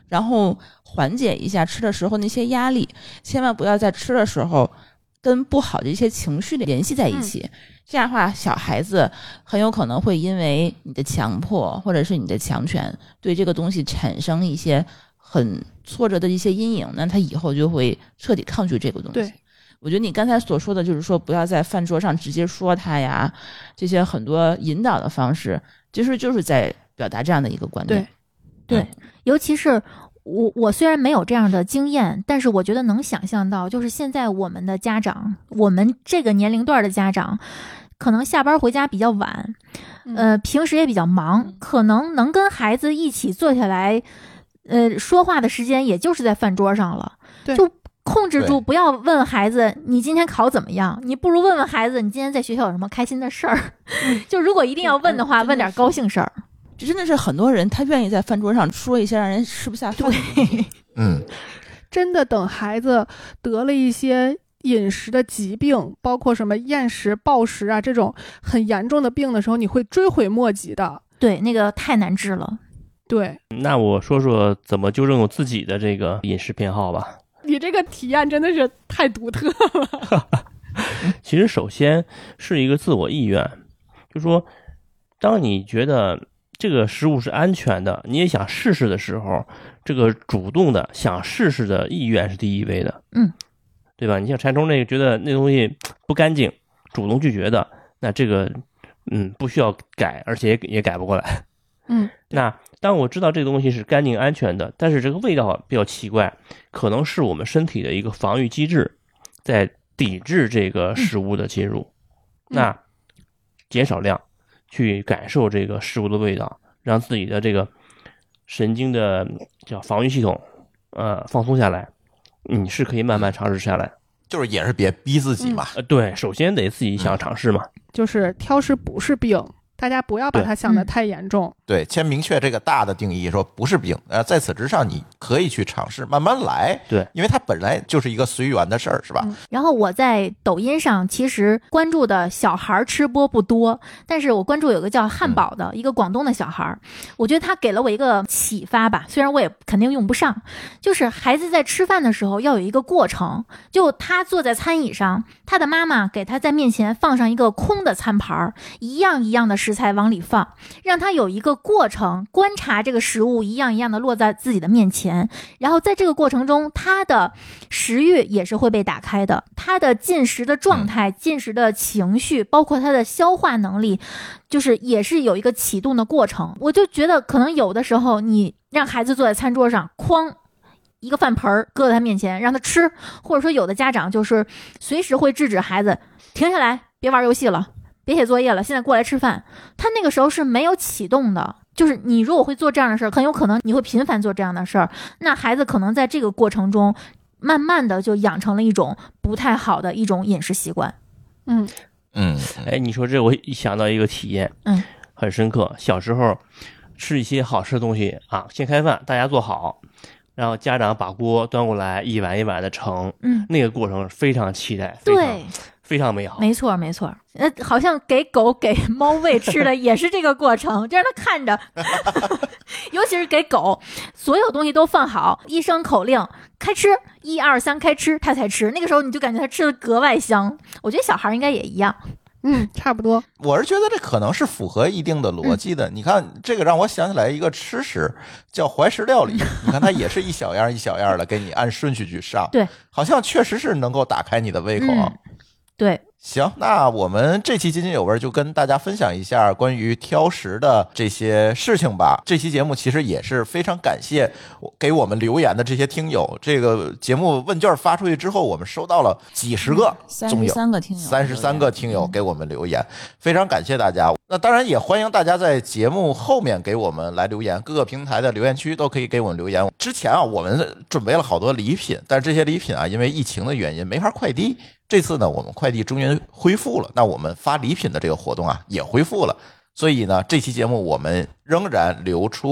然后缓解一下吃的时候那些压力，千万不要在吃的时候跟不好的一些情绪联系在一起。嗯，这样的话，小孩子很有可能会因为你的强迫或者是你的强权，对这个东西产生一些很挫折的一些阴影，那他以后就会彻底抗拒这个东西。 对， 我觉得你刚才所说的就是说，不要在饭桌上直接说他呀，这些很多引导的方式，其实就是在表达这样的一个观念。 对， 对，尤其是我我虽然没有这样的经验，但是我觉得能想象到，就是现在我们的家长，我们这个年龄段的家长，可能下班回家比较晚，呃，平时也比较忙，可能能跟孩子一起坐下来，呃，说话的时间也就是在饭桌上了。 对， 就控制住，不要问孩子你今天考怎么样，你不如问问孩子你今天在学校有什么开心的事儿。就如果一定要问的话，问点高兴事儿。 这真的是很多人他愿意在饭桌上说一些让人吃不下饭的东西。 嗯， 真的等孩子得了一些饮食的疾病，包括什么厌食、暴食啊这种很严重的病的时候，你会追悔莫及的。 对，那个太难治了。 对， 那我说说怎么纠正我自己的这个饮食偏好吧。 你这个体验真的是太独特了。 其实首先是一个自我意愿，就说当你觉得这个食物是安全的，你也想试试的时候，这个主动的想试试的意愿是第一位的。 嗯， 对吧？你像馋虫那个觉得那东西不干净，主动拒绝的，那这个嗯不需要改，而且也也改不过来。 嗯， 那当我知道这个东西是干净安全的，但是这个味道比较奇怪，可能是我们身体的一个防御机制在抵制这个食物的进入。嗯、那减少量去感受这个食物的味道，让自己的这个神经的叫防御系统呃放松下来，你是可以慢慢尝试下来。 就是也是别逼自己嘛。 嗯、呃，对，首先得自己想尝试嘛。 就是挑食不是病，大家不要把它想得太严重。 对，先明确这个大的定义，说不是病。呃，在此之上，你可以去尝试，慢慢来。 对， 因为它本来就是一个随缘的事儿，是吧？ 嗯、然后我在抖音上其实关注的小孩吃播不多，但是我关注有个叫汉堡的、嗯、一个广东的小孩，我觉得他给了我一个启发吧，虽然我也肯定用不上。就是孩子在吃饭的时候要有一个过程，就他坐在餐椅上，他的妈妈给他在面前放上一个空的餐盘，一样一样的食材往里放，让他有一个过程，观察这个食物一样一样的落在自己的面前，然后在这个过程中，他的食欲也是会被打开的，他的进食的状态、进食的情绪，包括他的消化能力，就是也是有一个启动的过程。我就觉得可能有的时候你让孩子坐在餐桌上，哐一个饭盆搁在他面前让他吃，或者说有的家长就是随时会制止孩子停下来，别玩游戏了，别写作业了，现在过来吃饭。他那个时候是没有启动的，就是你如果会做这样的事儿，很有可能你会频繁做这样的事儿，那孩子可能在这个过程中慢慢的就养成了一种不太好的一种饮食习惯。 嗯嗯， 哎，你说这我一想到一个体验， 嗯， 很深刻。小时候吃一些好吃的东西啊，先开饭，大家做好，然后家长把锅端过来，一碗一碗的盛， 嗯， 那个过程非常期待， 对， 非常美好。 没错没错，呃，好像给狗给猫喂吃的也是这个过程，就让它看着，尤其是给狗，所有东西都放好，一声口令开吃，一二三开吃，它才吃。那个时候你就感觉它吃的格外香。我觉得小孩应该也一样。 嗯，差不多。 我是觉得这可能是符合一定的逻辑的。嗯、你看，这个让我想起来一个吃食，叫怀石料理。你看，它也是一小样一小样的给你按顺序去上， 对， 好像确实是能够打开你的胃口啊。 嗯、对。 行，那我们这期津津有味就跟大家分享一下关于挑食的这些事情吧。这期节目其实也是非常感谢给我们留言的这些听友。这个节目问卷发出去之后，我们收到了几十个三十三个听友， 三十三个听友给我们留言，非常感谢大家。那当然也欢迎大家在节目后面给我们来留言，各个平台的留言区都可以给我们留言。之前啊，我们准备了好多礼品，但是这些礼品啊，因为疫情的原因没法快递。这次呢，我们快递终于恢复了，那我们发礼品的这个活动啊也恢复了，所以呢，这期节目我们仍然留出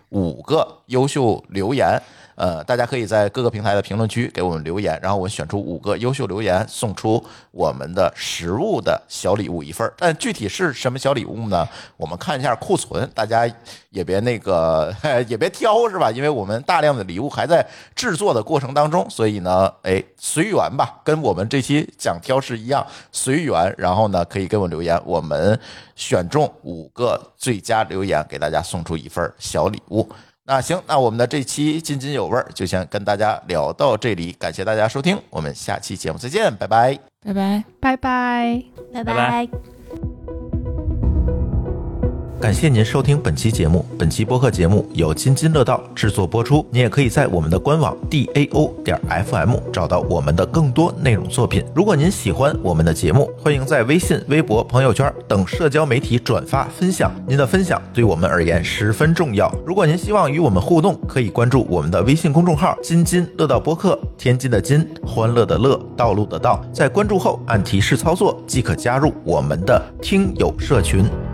五个优秀留言。呃，大家可以在各个平台的评论区给我们留言，然后我们选出五个优秀留言，送出我们的实物的小礼物一份。但具体是什么小礼物呢？我们看一下库存，大家也别那个也别挑是吧？因为我们大量的礼物还在制作的过程当中，所以呢，哎，随缘吧，跟我们这期讲挑食一样，随缘。然后呢，可以给我们留言，我们选中五个最佳留言，给大家送出一份小礼物。那行，那我们的这期津津有味就先跟大家聊到这里，感谢大家收听，我们下期节目再见，拜拜， 拜拜， 拜拜， 拜拜拜。 感谢您收听本期节目，本期播客节目由津津乐道制作播出。你也可以在我们的官网 D A O 点 F M 找到我们的更多内容作品。如果您喜欢我们的节目，欢迎在微信、微博、朋友圈等社交媒体转发分享，您的分享对我们而言十分重要。如果您希望与我们互动，可以关注我们的微信公众号津津乐道播客，天津的津，欢乐的乐，道路的道。在关注后按提示操作即可加入我们的听友社群。